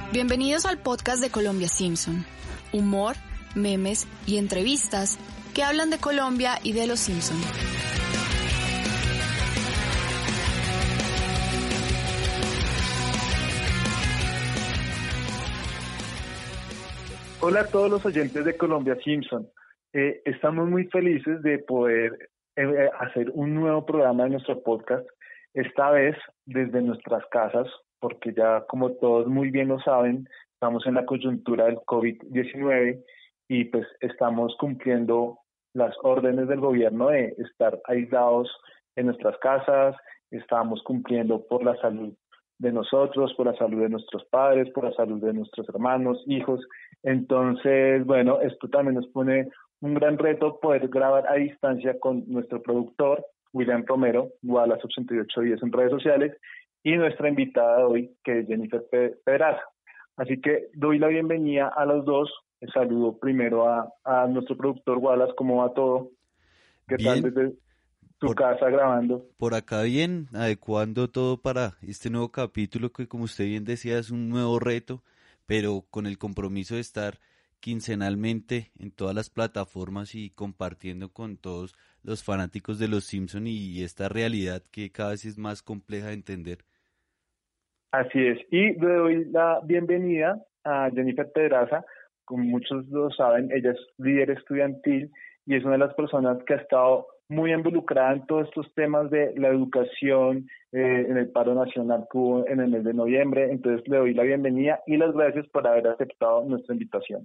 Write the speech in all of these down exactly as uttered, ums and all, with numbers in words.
Bienvenidos al podcast de Colombia Simpson. Humor, memes y entrevistas que hablan de Colombia y de los Simpson. Hola a todos los oyentes de Colombia Simpson. Eh, estamos muy felices de poder eh, hacer un nuevo programa de nuestro podcast, esta vez desde nuestras casas, porque ya como todos muy bien lo saben, estamos en la coyuntura del COVID diecinueve y pues estamos cumpliendo las órdenes del gobierno de estar aislados en nuestras casas, estamos cumpliendo por la salud de nosotros, por la salud de nuestros padres, por la salud de nuestros hermanos, hijos. Entonces, bueno, esto también nos pone un gran reto poder grabar a distancia con nuestro productor, William Romero, Wallace ochenta y ocho diez en redes sociales, y nuestra invitada de hoy, que es Jennifer Pedraza. Así que doy la bienvenida a los dos. Saludo primero a, a nuestro productor Wallace. ¿Cómo va todo? ¿Qué Bien. tal desde tu Por, casa grabando? Por acá bien, adecuando todo para este nuevo capítulo que, como usted bien decía, es un nuevo reto, pero con el compromiso de estar quincenalmente en todas las plataformas y compartiendo con todos los fanáticos de los Simpson y esta realidad que cada vez es más compleja de entender. Así es, y le doy la bienvenida a Jennifer Pedraza. Como muchos lo saben, ella es líder estudiantil y es una de las personas que ha estado muy involucrada en todos estos temas de la educación, eh, en el paro nacional que hubo en el mes de noviembre. Entonces le doy la bienvenida y las gracias por haber aceptado nuestra invitación.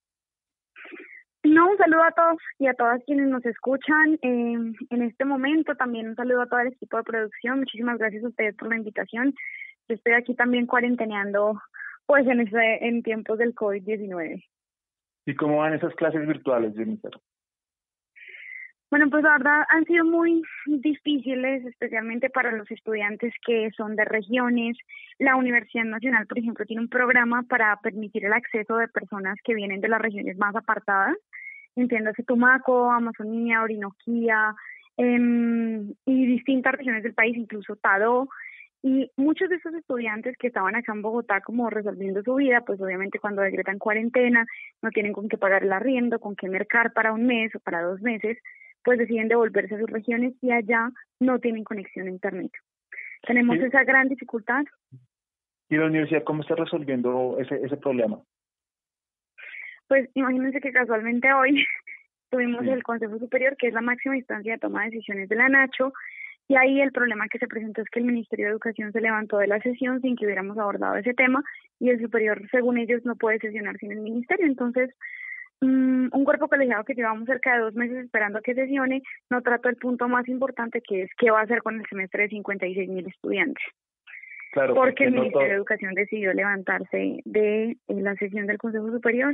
No, un saludo a todos y a todas quienes nos escuchan eh, en este momento. También un saludo a todo el equipo de producción. Muchísimas gracias a ustedes por la invitación. Yo estoy aquí también cuarenteneando pues en ese, en tiempos del COVID diecinueve. ¿Y cómo van esas clases virtuales, Jennifer? Bueno, pues la verdad han sido muy difíciles, especialmente para los estudiantes que son de regiones. La Universidad Nacional, por ejemplo, tiene un programa para permitir el acceso de personas que vienen de las regiones más apartadas, entiéndase Tumaco, Amazonía, Orinoquía, eh, y distintas regiones del país, incluso Tadó. Y muchos de esos estudiantes que estaban acá en Bogotá como resolviendo su vida, pues obviamente cuando decretan cuarentena, no tienen con qué pagar el arriendo, con qué mercar para un mes o para dos meses, pues deciden devolverse a sus regiones y allá no tienen conexión a internet. Tenemos ¿Sí? esa gran dificultad. ¿Y la universidad cómo está resolviendo ese, ese problema? Pues imagínense que casualmente hoy tuvimos Sí. el Consejo Superior, que es la máxima instancia de toma de decisiones de la Nacho, y ahí el problema que se presentó es que el Ministerio de Educación se levantó de la sesión sin que hubiéramos abordado ese tema, y el superior, según ellos, no puede sesionar sin el ministerio. Entonces, um, un cuerpo colegiado que llevamos cerca de dos meses esperando a que sesione, no trató el punto más importante, que es qué va a hacer con el semestre de cincuenta y seis mil estudiantes. Claro, porque, porque el no Ministerio to- de Educación decidió levantarse de eh, la sesión del Consejo Superior.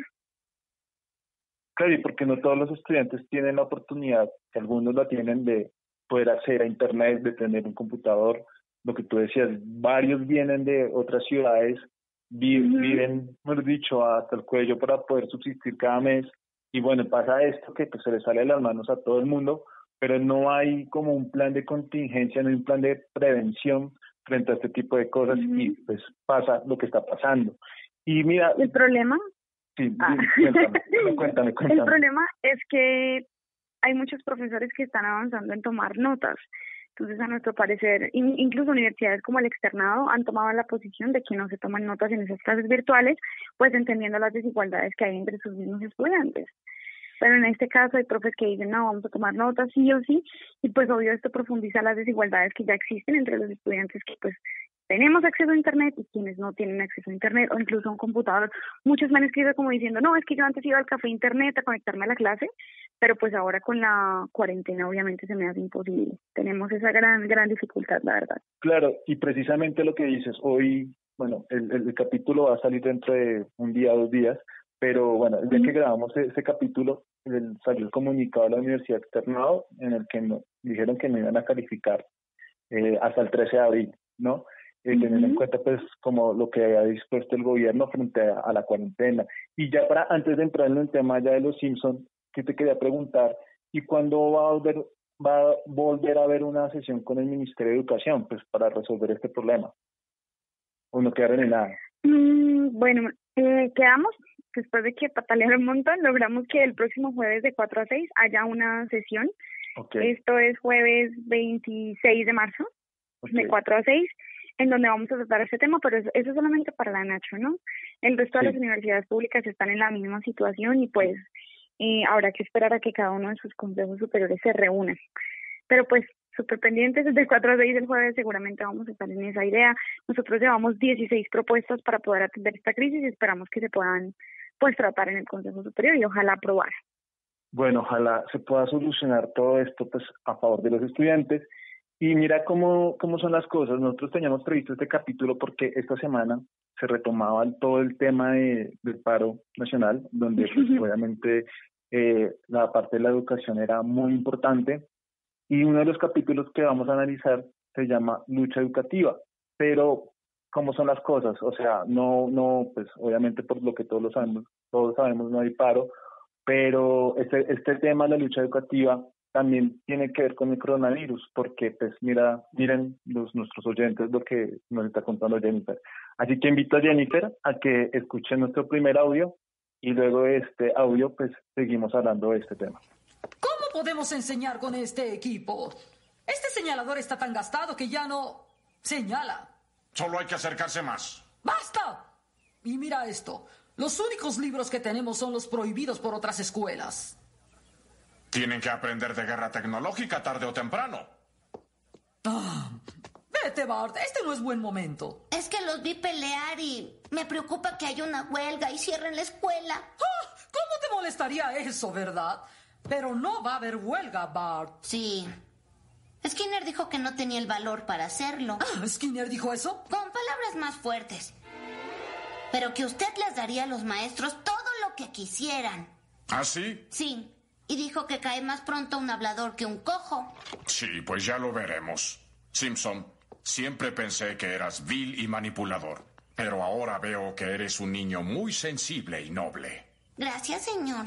Claro, y porque no todos los estudiantes tienen la oportunidad, que algunos la tienen, de poder acceder a internet, de tener un computador. Lo que tú decías, varios vienen de otras ciudades, vi- Uh-huh. viven, mejor dicho, hasta el cuello para poder subsistir cada mes. Y bueno, pasa esto que pues, se les sale de las manos a todo el mundo, pero no hay como un plan de contingencia, no hay un plan de prevención frente a este tipo de cosas. Uh-huh. Y pues pasa lo que está pasando. Y mira, El problema sí, Ah. cuéntame, cuéntame, cuéntame. El problema es que hay muchos profesores que están avanzando en tomar notas. Entonces, a nuestro parecer, in, incluso universidades como el Externado han tomado la posición de que no se toman notas en esas clases virtuales, pues entendiendo las desigualdades que hay entre sus mismos estudiantes. Pero en este caso hay profes que dicen, no, vamos a tomar notas sí o sí, y pues obvio esto profundiza las desigualdades que ya existen entre los estudiantes que pues tenemos acceso a internet y quienes no tienen acceso a internet o incluso a un computador. Muchos me han escrito como diciendo, no, es que yo antes iba al café internet a conectarme a la clase, pero pues ahora con la cuarentena obviamente se me hace imposible. Tenemos esa gran, gran dificultad, la verdad. Claro, y precisamente lo que dices, hoy, bueno, el, el, el capítulo va a salir dentro de un día, dos días, pero bueno, el día Uh-huh. que grabamos ese capítulo, el, salió el comunicado de la Universidad Externado en el que no, dijeron que no iban a calificar eh, hasta el trece de abril, ¿no? Eh, Uh-huh. Teniendo en cuenta pues como lo que había dispuesto el gobierno frente a, a la cuarentena. Y ya para, antes de entrar en el tema ya de los Simpson, que te quería preguntar, ¿y cuándo va a volver, va a volver a haber una sesión con el Ministerio de Educación pues para resolver este problema? ¿O no quedar en nada? Mm, bueno, eh, quedamos, después de que patalearon un montón, logramos que el próximo jueves de cuatro a seis haya una sesión. Okay. Esto es jueves veintiséis de marzo, okay, de cuatro a seis, en donde vamos a tratar este tema, pero eso, eso es solamente para la Nacho, ¿no? El resto de sí. las universidades públicas están en la misma situación y pues eh, habrá que esperar a que cada uno de sus consejos superiores se reúnan. Pero pues súper pendientes, desde cuatro a seis del jueves seguramente vamos a estar en esa idea. Nosotros llevamos dieciséis propuestas para poder atender esta crisis y esperamos que se puedan pues tratar en el Consejo Superior y ojalá aprobar. Bueno, ojalá se pueda solucionar todo esto pues a favor de los estudiantes. Y mira cómo, cómo son las cosas. Nosotros teníamos previsto este capítulo porque esta semana se retomaba todo el tema de, del paro nacional, donde pues, obviamente eh, la parte de la educación era muy importante. Y uno de los capítulos que vamos a analizar se llama lucha educativa. Pero, ¿cómo son las cosas? O sea, no, no, pues obviamente por lo que todos lo sabemos, todos sabemos no hay paro, pero este, este tema de la lucha educativa también tiene que ver con el coronavirus, porque pues mira, miren los, nuestros oyentes lo que nos está contando Jennifer. Así que invito a Jennifer a que escuche nuestro primer audio y luego de este audio pues seguimos hablando de este tema. ¿Cómo podemos enseñar con este equipo? Este señalador está tan gastado que ya no señala. Solo hay que acercarse más. ¡Basta! Y mira esto. Los únicos libros que tenemos son los prohibidos por otras escuelas. Tienen que aprender de guerra tecnológica tarde o temprano. Ah, vete, Bart. Este no es buen momento. Es que los vi pelear y me preocupa que haya una huelga y cierren la escuela. Ah, ¿cómo te molestaría eso, verdad? Pero no va a haber huelga, Bart. Sí. Skinner dijo que no tenía el valor para hacerlo. Ah, ¿Skinner dijo eso? Con palabras más fuertes. Pero que usted les daría a los maestros todo lo que quisieran. ¿Ah, sí? Sí. Y dijo que cae más pronto un hablador que un cojo. Sí, pues ya lo veremos. Simpson, siempre pensé que eras vil y manipulador. Pero ahora veo que eres un niño muy sensible y noble. Gracias, señor.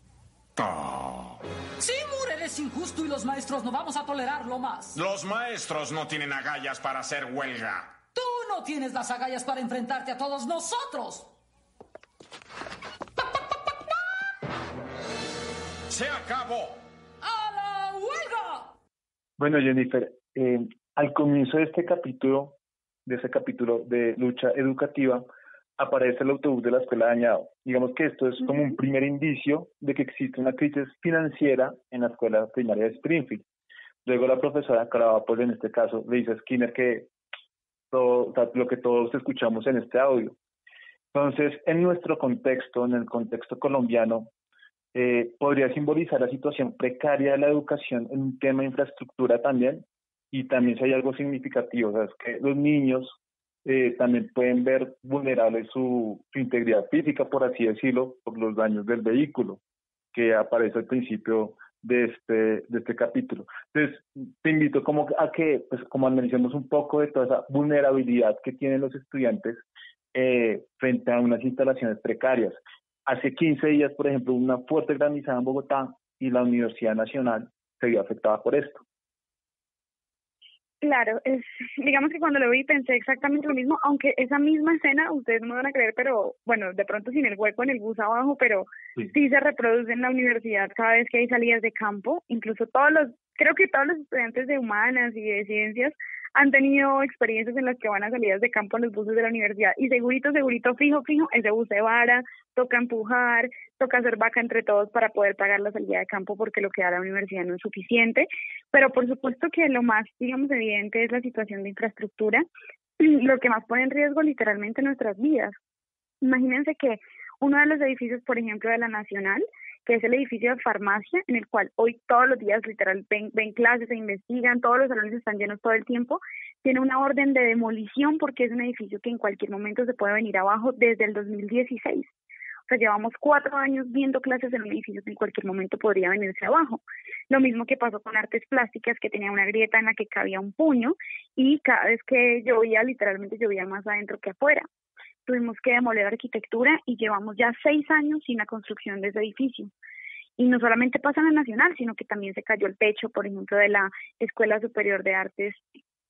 Oh. Seymour, eres injusto y los maestros no vamos a tolerarlo más. Los maestros no tienen agallas para hacer huelga. Tú no tienes las agallas para enfrentarte a todos nosotros. ¡Se acabó! ¡A la huelga! Bueno, Jennifer, eh, al comienzo de este capítulo, de ese capítulo de lucha educativa, aparece el autobús de la escuela dañado. Digamos que esto es como un primer indicio de que existe una crisis financiera en la escuela primaria de Springfield. Luego la profesora Krabappel, en este caso, le dice a Skinner que todo, o sea, lo que todos escuchamos en este audio. Entonces, en nuestro contexto, en el contexto colombiano, eh, podría simbolizar la situación precaria de la educación en un tema de infraestructura también, y también si hay algo significativo, o sea, es que los niños eh, también pueden ver vulnerable su, su integridad física, por así decirlo, por los daños del vehículo, que aparece al principio de este de este capítulo. Entonces, te invito como a que, pues, como analicemos un poco de toda esa vulnerabilidad que tienen los estudiantes eh, frente a unas instalaciones precarias. Hace quince días, por ejemplo, una fuerte granizada en Bogotá y la Universidad Nacional se vio afectada por esto. Claro, es, digamos que cuando lo vi pensé exactamente lo mismo, aunque esa misma escena, ustedes no me van a creer, pero bueno, de pronto sin el hueco en el bus abajo, pero sí, sí se reproduce en la universidad cada vez que hay salidas de campo. Incluso todos los, creo que todos los estudiantes de humanas y de ciencias han tenido experiencias en las que van a salidas de campo en los buses de la universidad y segurito, segurito, fijo, fijo, ese bus se vara, toca empujar, toca hacer vaca entre todos para poder pagar la salida de campo porque lo que da la universidad no es suficiente, pero por supuesto que lo más, digamos, evidente es la situación de infraestructura, lo que más pone en riesgo literalmente nuestras vidas. Imagínense que uno de los edificios, por ejemplo, de la Nacional, que es el edificio de farmacia, en el cual hoy todos los días literal ven, ven clases, se investigan, todos los salones están llenos todo el tiempo, tiene una orden de demolición porque es un edificio que en cualquier momento se puede venir abajo desde el dos mil dieciséis. O sea, llevamos cuatro años viendo clases en un edificio que en cualquier momento podría venirse abajo. Lo mismo que pasó con artes plásticas, que tenía una grieta en la que cabía un puño y cada vez que llovía, literalmente llovía más adentro que afuera. Tuvimos que demoler arquitectura y llevamos ya seis años sin la construcción de ese edificio. Y no solamente pasa en la Nacional, sino que también se cayó el techo, por ejemplo, de la Escuela Superior de Artes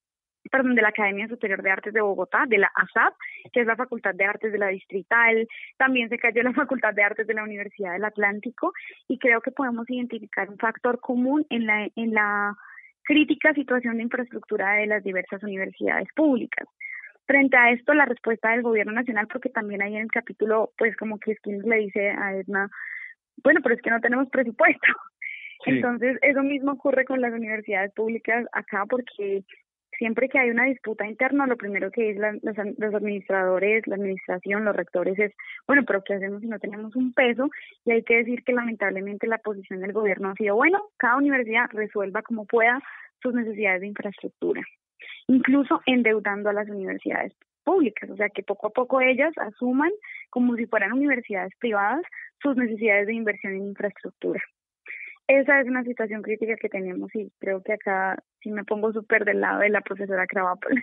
perdón, de la Academia Superior de Artes de Bogotá, de la A S A B, que es la Facultad de Artes de la Distrital. También se cayó la Facultad de Artes de la Universidad del Atlántico, y creo que podemos identificar un factor común en la, en la crítica situación de infraestructura de las diversas universidades públicas. Frente a esto, la respuesta del gobierno nacional, porque también ahí en el capítulo, pues como que Skinner le dice a Edna, bueno, pero es que no tenemos presupuesto. Sí. Entonces, eso mismo ocurre con las universidades públicas acá, porque siempre que hay una disputa interna, lo primero que dicen los, los administradores, la administración, los rectores es, bueno, pero ¿qué hacemos si no tenemos un peso? Y hay que decir que lamentablemente la posición del gobierno ha sido, bueno, cada universidad resuelva como pueda sus necesidades de infraestructura, incluso endeudando a las universidades públicas, o sea que poco a poco ellas asuman como si fueran universidades privadas sus necesidades de inversión en infraestructura. Esa es una situación crítica que tenemos, y creo que acá sí me pongo súper del lado de la profesora Krabappel.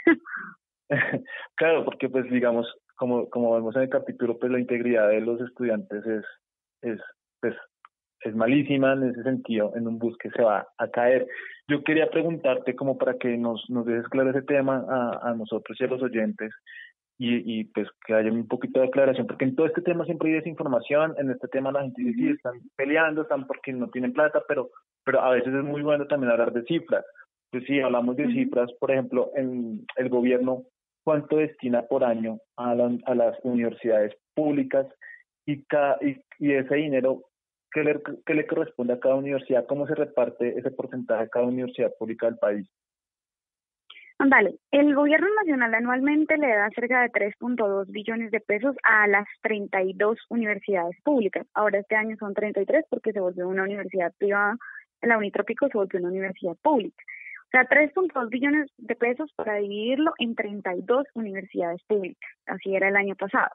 Claro, porque pues digamos, como como vemos en el capítulo, pues la integridad de los estudiantes es es pues es malísima en ese sentido, en un bus que se va a caer. Yo quería preguntarte, como para que nos nos dejes claro ese tema a, a nosotros y a los oyentes, y, y pues que haya un poquito de aclaración, porque en todo este tema siempre hay desinformación. En este tema la gente dice, sí, están peleando, están porque no tienen plata, pero pero a veces es muy bueno también hablar de cifras. Pues sí, hablamos de cifras, por ejemplo, en el gobierno, ¿cuánto destina por año a, la, a las universidades públicas? Y, cada, y, y ese dinero, ¿qué le, qué le corresponde a cada universidad? ¿Cómo se reparte ese porcentaje a cada universidad pública del país? Vale, el gobierno nacional anualmente le da cerca de tres punto dos billones de pesos a las treinta y dos universidades públicas. Ahora este año son treinta y tres porque se volvió una universidad privada, la Unitrópico se volvió una universidad pública. O sea, tres punto dos billones de pesos para dividirlo en treinta y dos universidades públicas. Así era el año pasado.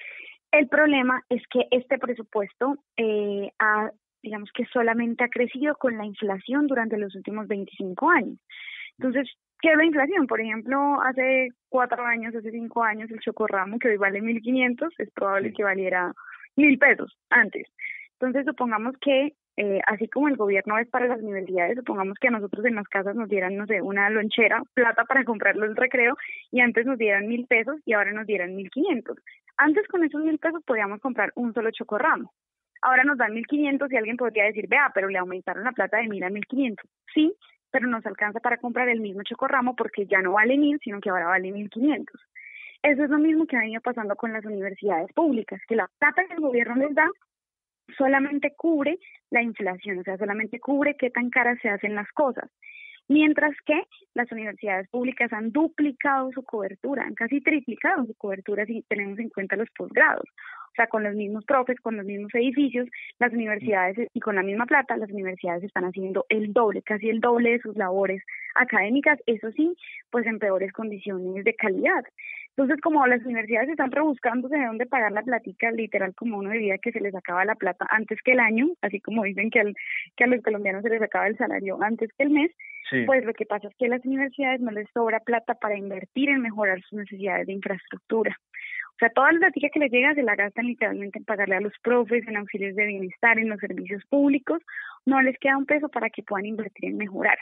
El problema es que este presupuesto eh, ha, digamos que solamente ha crecido con la inflación durante los últimos veinticinco años. Entonces, ¿qué es la inflación? Por ejemplo, hace cuatro años, hace cinco años, el chocorramo, que hoy vale mil quinientos, es probable que valiera mil pesos antes. Entonces, supongamos que, eh, así como el gobierno es para las universidades, supongamos que a nosotros en las casas nos dieran, no sé, una lonchera, plata para comprarlo el recreo, y antes nos dieran mil pesos y ahora nos dieran mil quinientos. Antes con esos mil pesos podíamos comprar un solo chocorramo. Ahora nos dan mil quinientos y alguien podría decir, vea, pero le aumentaron la plata de mil a mil quinientos. Sí, pero nos alcanza para comprar el mismo chocorramo porque ya no vale mil, sino que ahora vale mil quinientos. Eso es lo mismo que ha venido pasando con las universidades públicas, que la plata que el gobierno les da solamente cubre la inflación, o sea, solamente cubre qué tan caras se hacen las cosas. Mientras que las universidades públicas han duplicado su cobertura, han casi triplicado su cobertura si tenemos en cuenta los posgrados. O sea, con los mismos profes, con los mismos edificios, las universidades, y con la misma plata, las universidades están haciendo el doble, casi el doble de sus labores académicas, eso sí, pues en peores condiciones de calidad. Entonces, como las universidades están rebuscándose de dónde pagar la platica, literal, como uno diría que se les acaba la plata antes que el año, así como dicen que, al, que a los colombianos se les acaba el salario antes que el mes, sí. Pues lo que pasa es que a las universidades no les sobra plata para invertir en mejorar sus necesidades de infraestructura. O sea, toda la platica que les llega se la gastan literalmente en pagarle a los profes, en auxilios de bienestar, en los servicios públicos. No les queda un peso para que puedan invertir en mejorar.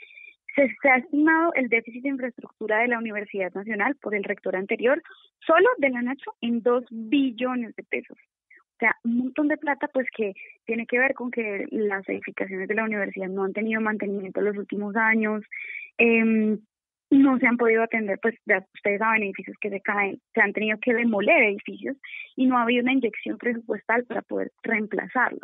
Se, se ha estimado el déficit de infraestructura de la Universidad Nacional por el rector anterior, solo de la Nacho, en dos billones de pesos. O sea, un montón de plata, pues que tiene que ver con que las edificaciones de la universidad no han tenido mantenimiento en los últimos años, eh, no se han podido atender, pues ya ustedes saben, edificios que se caen, se han tenido que demoler edificios y no ha habido una inyección presupuestal para poder reemplazarlos.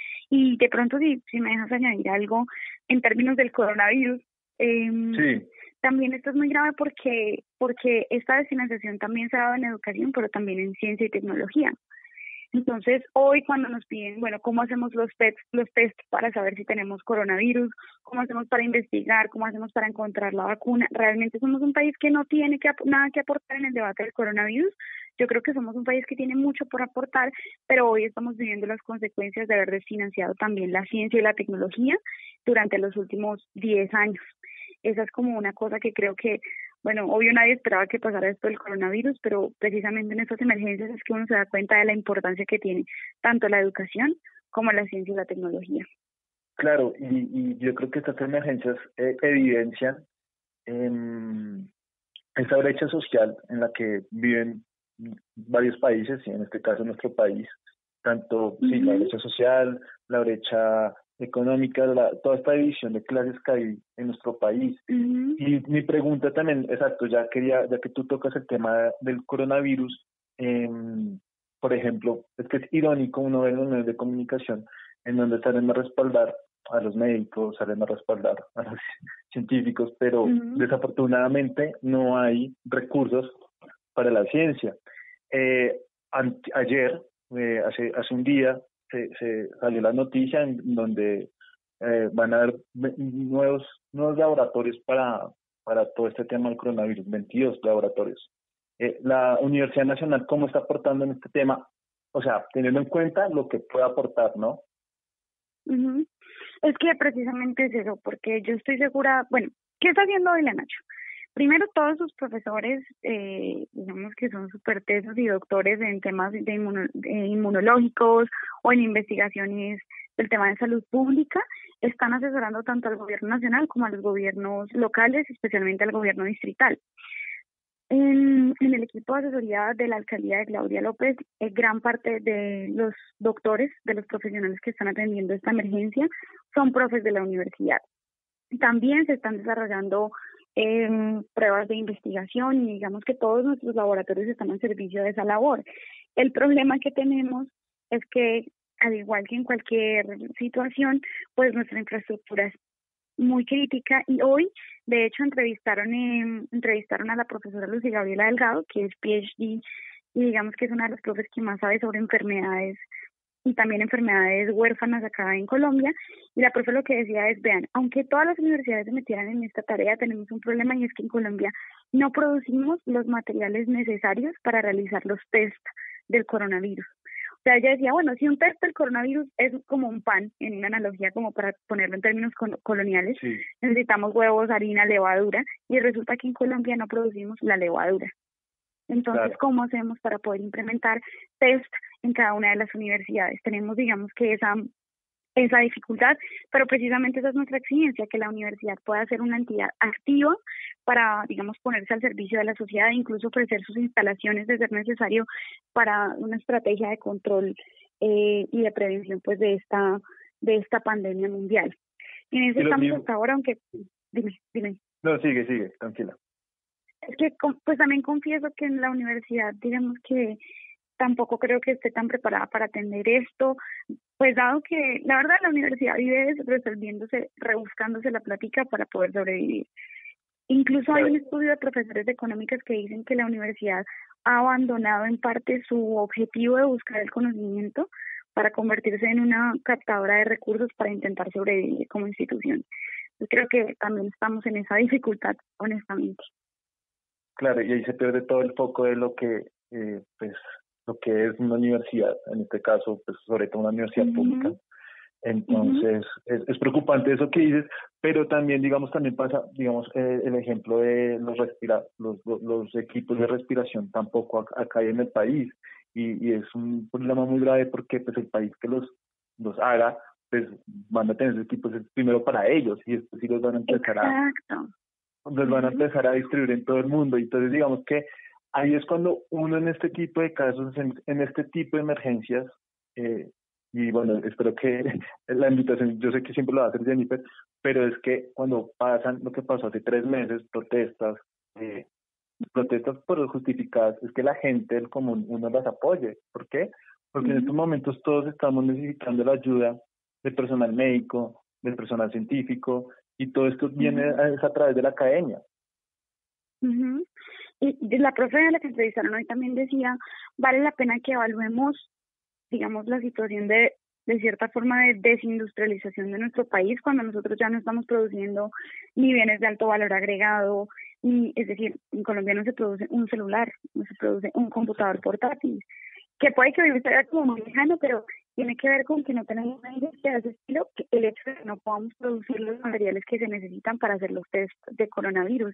Y de pronto, si, si me dejas añadir algo en términos del coronavirus, eh, sí. También esto es muy grave porque, porque esta desfinanciación también se ha dado en educación, pero también en ciencia y tecnología. Entonces, hoy cuando nos piden, bueno, ¿cómo hacemos los test, los test para saber si tenemos coronavirus? ¿Cómo hacemos para investigar? ¿Cómo hacemos para encontrar la vacuna? Realmente somos un país que no tiene que, nada que aportar en el debate del coronavirus. Yo creo que somos un país que tiene mucho por aportar, pero hoy estamos viviendo las consecuencias de haber desfinanciado también la ciencia y la tecnología durante los últimos diez años. Esa es como una cosa que creo que, bueno, obvio nadie esperaba que pasara esto del coronavirus, pero precisamente en estas emergencias es que uno se da cuenta de la importancia que tiene tanto la educación como la ciencia y la tecnología. Claro, y, y yo creo que estas emergencias eh, evidencian eh, esa brecha social en la que viven varios países, y en este caso nuestro país, tanto uh-huh. sí, la brecha social, la brecha económica, la, toda esta división de clases que hay en nuestro país. Uh-huh. Y mi pregunta también, exacto, ya quería, ya que tú tocas el tema del coronavirus, eh, por ejemplo, es que es irónico uno ver en los medios de comunicación en donde salen a respaldar a los médicos, salen a respaldar a los científicos, pero uh-huh. desafortunadamente no hay recursos para la ciencia. Eh, an- ayer, eh, hace, hace un día, se, se salió la noticia en donde eh, van a haber nuevos, nuevos laboratorios para, para todo este tema del coronavirus, veintidós laboratorios. Eh, la Universidad Nacional, ¿cómo está aportando en este tema? O sea, teniendo en cuenta lo que puede aportar, ¿no? Uh-huh. Es que precisamente es eso, porque yo estoy segura, bueno, ¿qué está haciendo hoy la Nacho? Primero, todos sus profesores, eh, digamos que son súper tesos y doctores en temas de, inmuno, de inmunológicos o en investigaciones del tema de salud pública, están asesorando tanto al gobierno nacional como a los gobiernos locales, especialmente al gobierno distrital. En, en el equipo de asesoría de la alcaldía de Claudia López, eh, gran parte de los doctores, de los profesionales que están atendiendo esta emergencia, son profes de la universidad. También se están desarrollando eh, pruebas de investigación y digamos que todos nuestros laboratorios están al servicio de esa labor. El problema que tenemos es que, al igual que en cualquier situación, pues nuestra infraestructura es muy crítica, y hoy de hecho entrevistaron eh, entrevistaron a la profesora Lucy Gabriela Delgado, que es P H D y digamos que es una de las profes que más sabe sobre enfermedades y también enfermedades huérfanas acá en Colombia, y la profe lo que decía es, vean, aunque todas las universidades se metieran en esta tarea, tenemos un problema, y es que en Colombia no producimos los materiales necesarios para realizar los test del coronavirus. O sea, ella decía, bueno, si un test del coronavirus es como un pan, en una analogía como para ponerlo en términos col- coloniales, sí. necesitamos huevos, harina, levadura, y resulta que en Colombia no producimos la levadura. Entonces, claro. ¿cómo hacemos para poder implementar test en cada una de las universidades? Tenemos, digamos, que esa esa dificultad, pero precisamente esa es nuestra exigencia, que la universidad pueda ser una entidad activa para, digamos, ponerse al servicio de la sociedad e incluso ofrecer sus instalaciones de ser necesario para una estrategia de control eh, y de prevención, pues, de esta de esta pandemia mundial. Y en eso estamos mismo. hasta ahora, aunque... Dime, dime. No, sigue, sigue, tranquila. Es que, pues, también confieso que en la universidad, digamos que tampoco creo que esté tan preparada para atender esto, pues dado que la verdad la universidad vive resolviéndose, rebuscándose la plática para poder sobrevivir. Incluso hay un estudio de profesores de económicas que dicen que la universidad ha abandonado en parte su objetivo de buscar el conocimiento para convertirse en una captadora de recursos para intentar sobrevivir como institución. Yo creo que también estamos en esa dificultad, honestamente. Claro, y ahí se pierde todo el foco de lo que eh, pues lo que es una universidad, en este caso, pues sobre todo una universidad uh-huh. pública. Entonces, uh-huh. es, es preocupante eso que dices, pero también, digamos, también pasa, digamos, eh, el ejemplo de los respira los, los, los equipos de respiración tampoco acá, acá hay en el país, y, y es un problema muy grave porque pues el país que los, los haga, pues van a tener esos equipos primero para ellos, y después sí los van a empezar Exacto. a los van a empezar a distribuir en todo el mundo. Y entonces, digamos que ahí es cuando uno en este tipo de casos, en, en este tipo de emergencias, eh, y bueno, espero que la invitación, yo sé que siempre lo va a hacer Jennifer, pero es que cuando pasan lo que pasó hace tres meses, protestas, eh, protestas por justificadas, es que la gente del común uno las apoye. ¿Por qué? Porque uh-huh. en estos momentos todos estamos necesitando la ayuda del personal médico, del personal científico, y todo esto viene uh-huh. a, a través de la academia. Uh-huh. Y la profe de la que entrevistaron hoy también decía, vale la pena que evaluemos, digamos, la situación de, de cierta forma de desindustrialización de nuestro país, cuando nosotros ya no estamos produciendo ni bienes de alto valor agregado, ni, es decir, en Colombia no se produce un celular, no se produce un computador portátil, que puede que hoy sea como muy lejano, pero tiene que ver con que no tenemos una industria de ese estilo, que el hecho de que no podamos producir los materiales que se necesitan para hacer los test de coronavirus.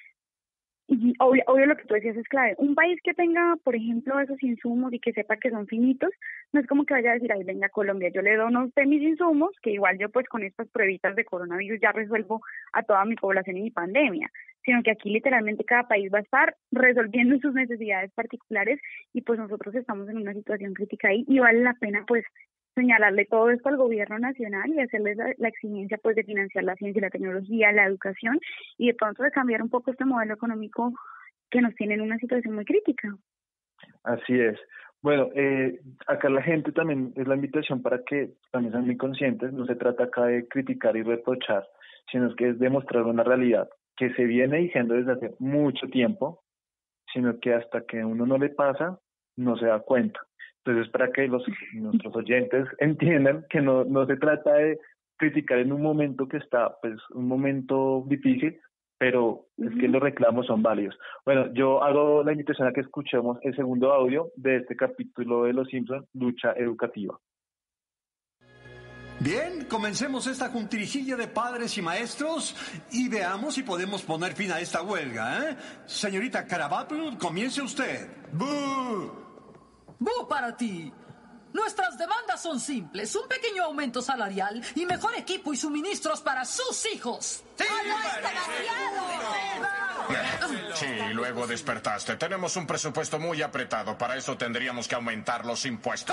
Y obvio, obvio lo que tú decías es clave. Un país que tenga, por ejemplo, esos insumos y que sepa que son finitos, no es como que vaya a decir, ay, venga Colombia, yo le dono a usted mis insumos, que igual yo pues con estas pruebitas de coronavirus ya resuelvo a toda mi población y mi pandemia, sino que aquí literalmente cada país va a estar resolviendo sus necesidades particulares y pues nosotros estamos en una situación crítica ahí y vale la pena pues señalarle todo esto al gobierno nacional y hacerles la, la exigencia pues de financiar la ciencia y la tecnología, la educación y de pronto de cambiar un poco este modelo económico que nos tiene en una situación muy crítica. Así es. Bueno, eh, acá la gente también es la invitación para que también sean muy conscientes, no se trata acá de criticar y reprochar, sino que es demostrar una realidad que se viene diciendo desde hace mucho tiempo, sino que hasta que a uno no le pasa, no se da cuenta. Entonces, para que los nuestros oyentes entiendan que no, no se trata de criticar en un momento que está, pues, un momento difícil, pero es que los reclamos son válidos. Bueno, yo hago la invitación a que escuchemos el segundo audio de este capítulo de Los Simpson, Lucha Educativa. Bien, comencemos esta juntirijilla de padres y maestros y veamos si podemos poner fin a esta huelga, ¿eh? Señorita Carabato, comience usted. ¡Bú! ¡Bú para ti! Nuestras demandas son simples, un pequeño aumento salarial y mejor equipo y suministros para sus hijos. ¡Sí! Sí, luego despertaste. Tenemos un presupuesto muy apretado. Para eso tendríamos que aumentar los impuestos.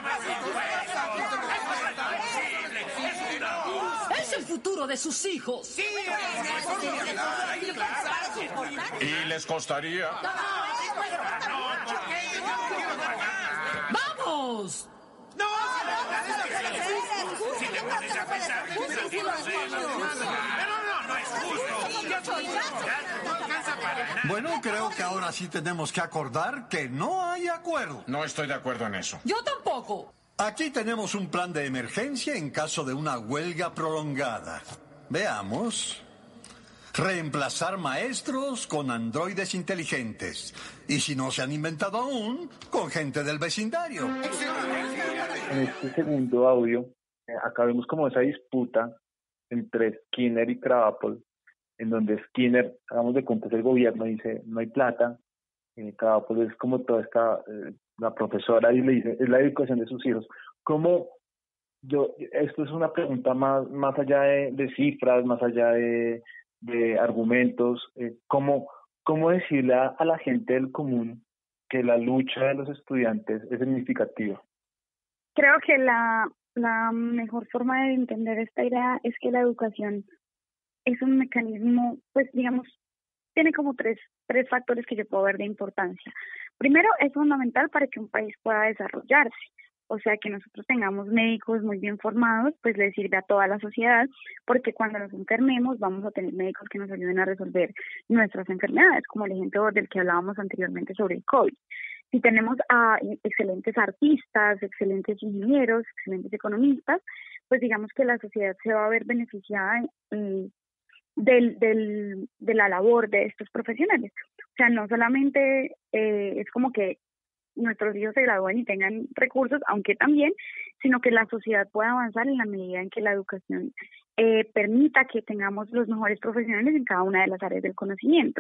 Es el futuro de sus hijos. Sí. ¿Y les costaría? ¡Vamos! ¡No! Si te pones a pensar, pero no, no es justo. No alcanza para nada. Bueno, creo que ahora sí tenemos que acordar que no hay acuerdo. No estoy de acuerdo en eso. Yo tampoco. Aquí tenemos un plan de emergencia en caso de una huelga prolongada. Veamos. Reemplazar maestros con androides inteligentes. Y si no se han inventado aún, con gente del vecindario. En este segundo audio, eh, acá vemos como esa disputa entre Skinner y Krabappel, en donde Skinner, hagamos de cuenta, es el gobierno, dice, no hay plata. Eh, Krabappel es como toda esta, eh, la profesora, y le dice, es la educación de sus hijos. ¿Cómo? Yo, esto es una pregunta más, más allá de, de cifras, más allá de... de argumentos, eh, ¿cómo, cómo decirle a, a la gente del común que la lucha de los estudiantes es significativa? Creo que la, la mejor forma de entender esta idea es que la educación es un mecanismo, pues digamos, tiene como tres, tres factores que yo puedo ver de importancia. Primero, es fundamental para que un país pueda desarrollarse. O sea, que nosotros tengamos médicos muy bien formados, pues les sirve a toda la sociedad, porque cuando nos enfermemos vamos a tener médicos que nos ayuden a resolver nuestras enfermedades, como el ejemplo del que hablábamos anteriormente sobre el COVID. Si tenemos a excelentes artistas, excelentes ingenieros, excelentes economistas, pues digamos que la sociedad se va a ver beneficiada eh, del, del, de la labor de estos profesionales. O sea, no solamente eh, es como que nuestros hijos se gradúen y tengan recursos, aunque también, sino que la sociedad pueda avanzar en la medida en que la educación eh, permita que tengamos los mejores profesionales en cada una de las áreas del conocimiento.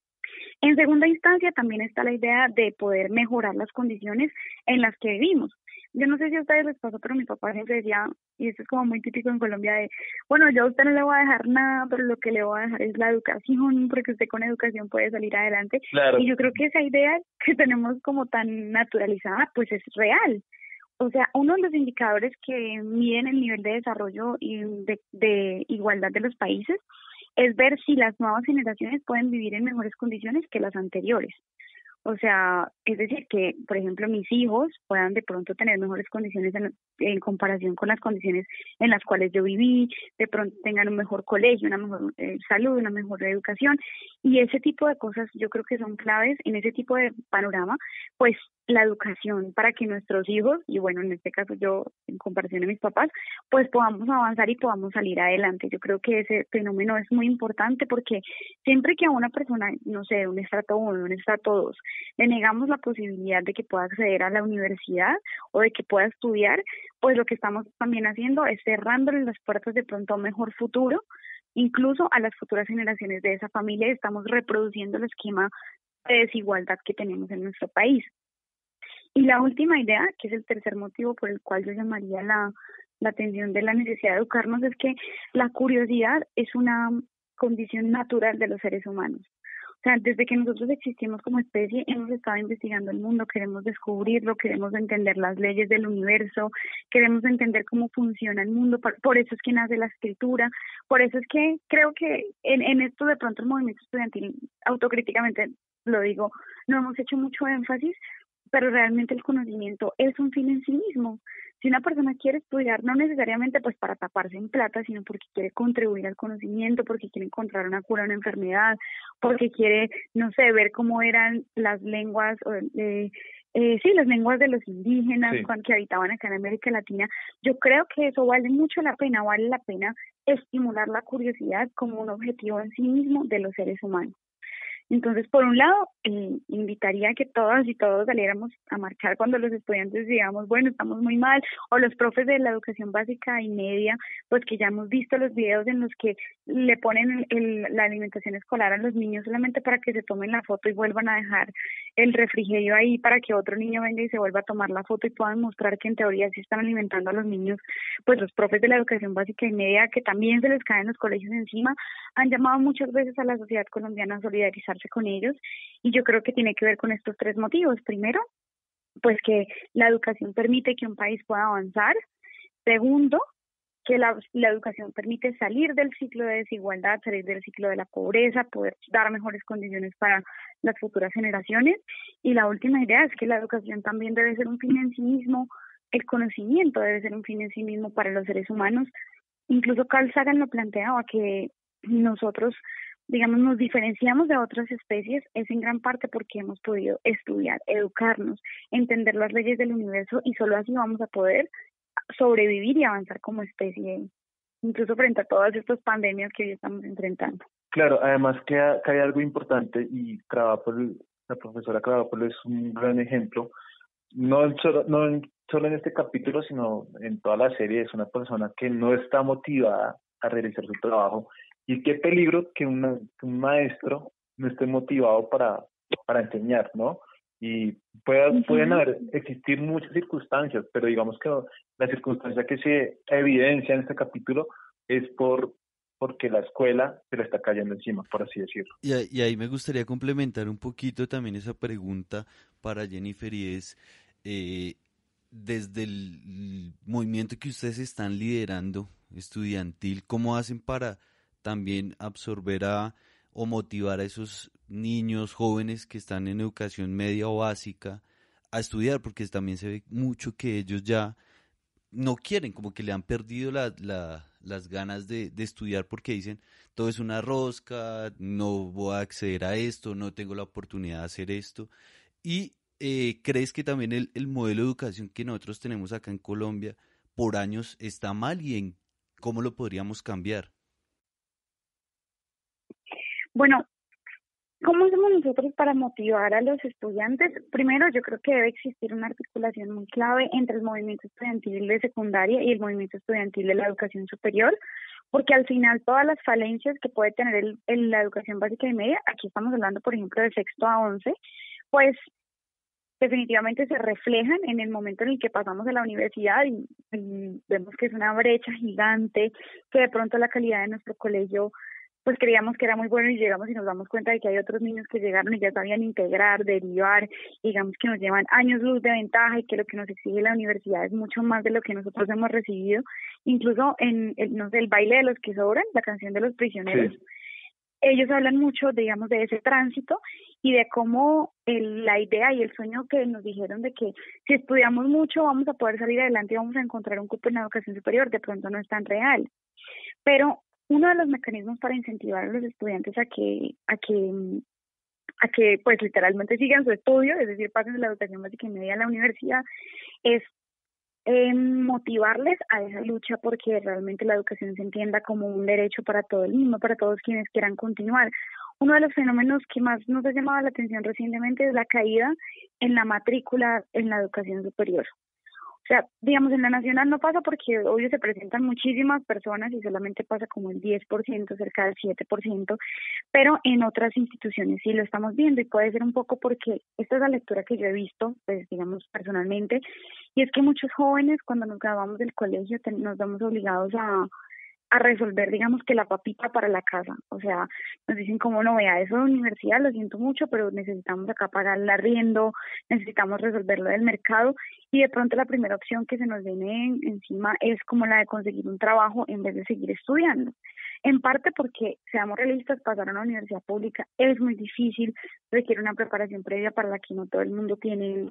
En segunda instancia, también está la idea de poder mejorar las condiciones en las que vivimos. Yo no sé si a ustedes les pasó, pero mi papá siempre decía, y esto es como muy típico en Colombia, de, bueno, yo a usted no le voy a dejar nada, pero lo que le voy a dejar es la educación, porque usted con educación puede salir adelante. Claro. Y yo creo que esa idea que tenemos como tan naturalizada, pues es real. O sea, uno de los indicadores que miden el nivel de desarrollo y de, de igualdad de los países es ver si las nuevas generaciones pueden vivir en mejores condiciones que las anteriores. O sea, es decir, que, por ejemplo, mis hijos puedan de pronto tener mejores condiciones en, en comparación con las condiciones en las cuales yo viví, de pronto tengan un mejor colegio, una mejor eh, salud, una mejor educación. Y ese tipo de cosas yo creo que son claves en ese tipo de panorama, pues la educación para que nuestros hijos, y bueno, en este caso yo, en comparación a mis papás, pues podamos avanzar y podamos salir adelante. Yo creo que ese fenómeno es muy importante porque siempre que a una persona, no sé, un estrato uno, un estrato dos, le negamos la posibilidad de que pueda acceder a la universidad o de que pueda estudiar, pues lo que estamos también haciendo es cerrándole las puertas de pronto a un mejor futuro, incluso a las futuras generaciones de esa familia, y estamos reproduciendo el esquema de desigualdad que tenemos en nuestro país. Y la última idea, que es el tercer motivo por el cual yo llamaría la, la atención de la necesidad de educarnos, es que la curiosidad es una condición natural de los seres humanos. O sea, desde que nosotros existimos como especie, hemos estado investigando el mundo, queremos descubrirlo, queremos entender las leyes del universo, queremos entender cómo funciona el mundo, por, por eso es que nace la escritura, por eso es que creo que en, en esto de pronto el movimiento estudiantil, autocríticamente lo digo, no hemos hecho mucho énfasis, pero realmente el conocimiento es un fin en sí mismo. Si una persona quiere estudiar, no necesariamente pues para taparse en plata, sino porque quiere contribuir al conocimiento, porque quiere encontrar una cura a una enfermedad, porque quiere, no sé, ver cómo eran las lenguas, eh, eh, sí, las lenguas de los indígenas sí. cuando, que habitaban acá en América Latina. Yo creo que eso vale mucho la pena, vale la pena estimular la curiosidad como un objetivo en sí mismo de los seres humanos. Entonces, por un lado, eh, invitaría a que todas y todos saliéramos a marchar cuando los estudiantes digamos, bueno, estamos muy mal, o los profes de la educación básica y media, pues que ya hemos visto los videos en los que le ponen el, el, la alimentación escolar a los niños solamente para que se tomen la foto y vuelvan a dejar el refrigerio ahí para que otro niño venga y se vuelva a tomar la foto y puedan mostrar que en teoría sí están alimentando a los niños. Pues los profes de la educación básica y media, que también se les caen los colegios encima, han llamado muchas veces a la sociedad colombiana a solidarizarse con ellos, y yo creo que tiene que ver con estos tres motivos. Primero, pues que la educación permite que un país pueda avanzar. Segundo, que la, la educación permite salir del ciclo de desigualdad, salir del ciclo de la pobreza, poder dar mejores condiciones para las futuras generaciones. Y la última idea es que la educación también debe ser un fin en sí mismo, el conocimiento debe ser un fin en sí mismo para los seres humanos. Incluso Carl Sagan lo planteaba, que nosotros digamos, nos diferenciamos de otras especies es en gran parte porque hemos podido estudiar, educarnos, entender las leyes del universo, y solo así vamos a poder sobrevivir y avanzar como especie, incluso frente a todas estas pandemias que hoy estamos enfrentando. Claro, además que, que hay algo importante, y Cravapol, la profesora Cravapol es un gran ejemplo, no solo, no solo en este capítulo, sino en toda la serie. Es una persona que no está motivada a realizar su trabajo. Y qué peligro que, una, que un maestro no esté motivado para, para enseñar, ¿no? Y puede, uh-huh. pueden haber, existir muchas circunstancias, pero digamos que la circunstancia que se evidencia en este capítulo es por porque la escuela se le está cayendo encima, por así decirlo. Y, y ahí me gustaría complementar un poquito también esa pregunta para Jennifer, y es, eh, desde el movimiento que ustedes están liderando estudiantil, ¿cómo hacen para también absorber a o motivar a esos niños jóvenes que están en educación media o básica a estudiar? Porque también se ve mucho que ellos ya no quieren, como que le han perdido la, la, las ganas de, de estudiar, porque dicen, todo es una rosca, no voy a acceder a esto, no tengo la oportunidad de hacer esto. Y eh, ¿crees que también el, el modelo de educación que nosotros tenemos acá en Colombia por años está mal, y en cómo lo podríamos cambiar? Bueno, ¿cómo hacemos nosotros para motivar a los estudiantes? Primero, yo creo que debe existir una articulación muy clave entre el movimiento estudiantil de secundaria y el movimiento estudiantil de la educación superior, porque al final todas las falencias que puede tener el, el, la educación básica y media, aquí estamos hablando, por ejemplo, de sexto a once, pues definitivamente se reflejan en el momento en el que pasamos a la universidad y, y vemos que es una brecha gigante, que de pronto la calidad de nuestro colegio pues creíamos que era muy bueno y llegamos y nos damos cuenta de que hay otros niños que llegaron y ya sabían integrar, derivar, y digamos que nos llevan años luz de ventaja, y que lo que nos exige la universidad es mucho más de lo que nosotros hemos recibido. Incluso en el, no sé, el baile de los que sobran, la canción de los prisioneros, sí. Ellos hablan mucho, digamos, de ese tránsito y de cómo el, la idea y el sueño que nos dijeron de que si estudiamos mucho vamos a poder salir adelante y vamos a encontrar un cupo en la educación superior, de pronto no es tan real. Pero uno de los mecanismos para incentivar a los estudiantes a que, a que, a que pues literalmente sigan su estudio, es decir, pasen de la educación básica y media a la universidad, es eh, motivarles a esa lucha porque realmente la educación se entienda como un derecho para todo el mundo, para todos quienes quieran continuar. Uno de los fenómenos que más nos ha llamado la atención recientemente es la caída en la matrícula en la educación superior. O sea, digamos, en la nacional no pasa porque hoy se presentan muchísimas personas y solamente pasa como el diez por ciento, cerca del siete por ciento, pero en otras instituciones sí lo estamos viendo, y puede ser un poco porque esta es la lectura que yo he visto, pues digamos personalmente, y es que muchos jóvenes cuando nos graduamos del colegio ten, nos vemos obligados a, a resolver, digamos que la papita para la casa. O sea, nos dicen como no, vea, eso de universidad, lo siento mucho, pero necesitamos acá pagar el arriendo, necesitamos resolver lo del mercado, y de pronto la primera opción que se nos viene en, encima es como la de conseguir un trabajo en vez de seguir estudiando. En parte porque, seamos realistas, pasar a una universidad pública es muy difícil, requiere una preparación previa para la que no todo el mundo tiene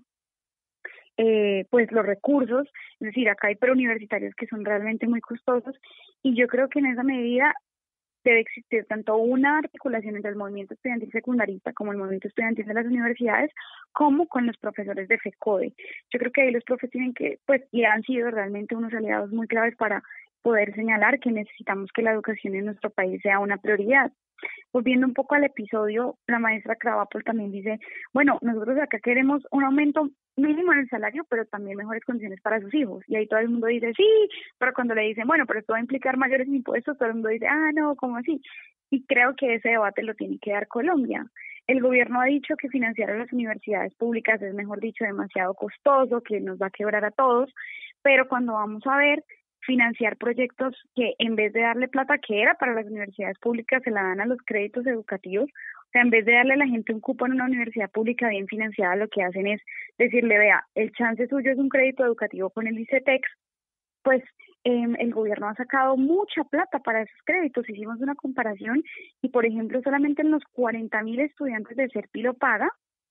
Eh, pues los recursos, es decir, acá hay preuniversitarios que son realmente muy costosos, y yo creo que en esa medida debe existir tanto una articulación entre el movimiento estudiantil secundarista como el movimiento estudiantil de las universidades, como con los profesores de FECODE. Yo creo que ahí los profes tienen que, pues, y han sido realmente unos aliados muy claves para poder señalar que necesitamos que la educación en nuestro país sea una prioridad. Volviendo un poco al episodio, la maestra Krabappel también dice, bueno, nosotros acá queremos un aumento mínimo en el salario, pero también mejores condiciones para sus hijos. Y ahí todo el mundo dice, sí, pero cuando le dicen, bueno, pero esto va a implicar mayores impuestos, todo el mundo dice, ah, no, ¿cómo así? Y creo que ese debate lo tiene que dar Colombia. El gobierno ha dicho que financiar a las universidades públicas es, mejor dicho, demasiado costoso, que nos va a quebrar a todos, pero cuando vamos a ver financiar proyectos que en vez de darle plata que era para las universidades públicas, se la dan a los créditos educativos. O sea, en vez de darle a la gente un cupo en una universidad pública bien financiada, lo que hacen es decirle, vea, el chance suyo es un crédito educativo con el ICETEX, pues eh, el gobierno ha sacado mucha plata para esos créditos. Hicimos una comparación y, por ejemplo, solamente en los cuarenta mil estudiantes de Serpi lo paga,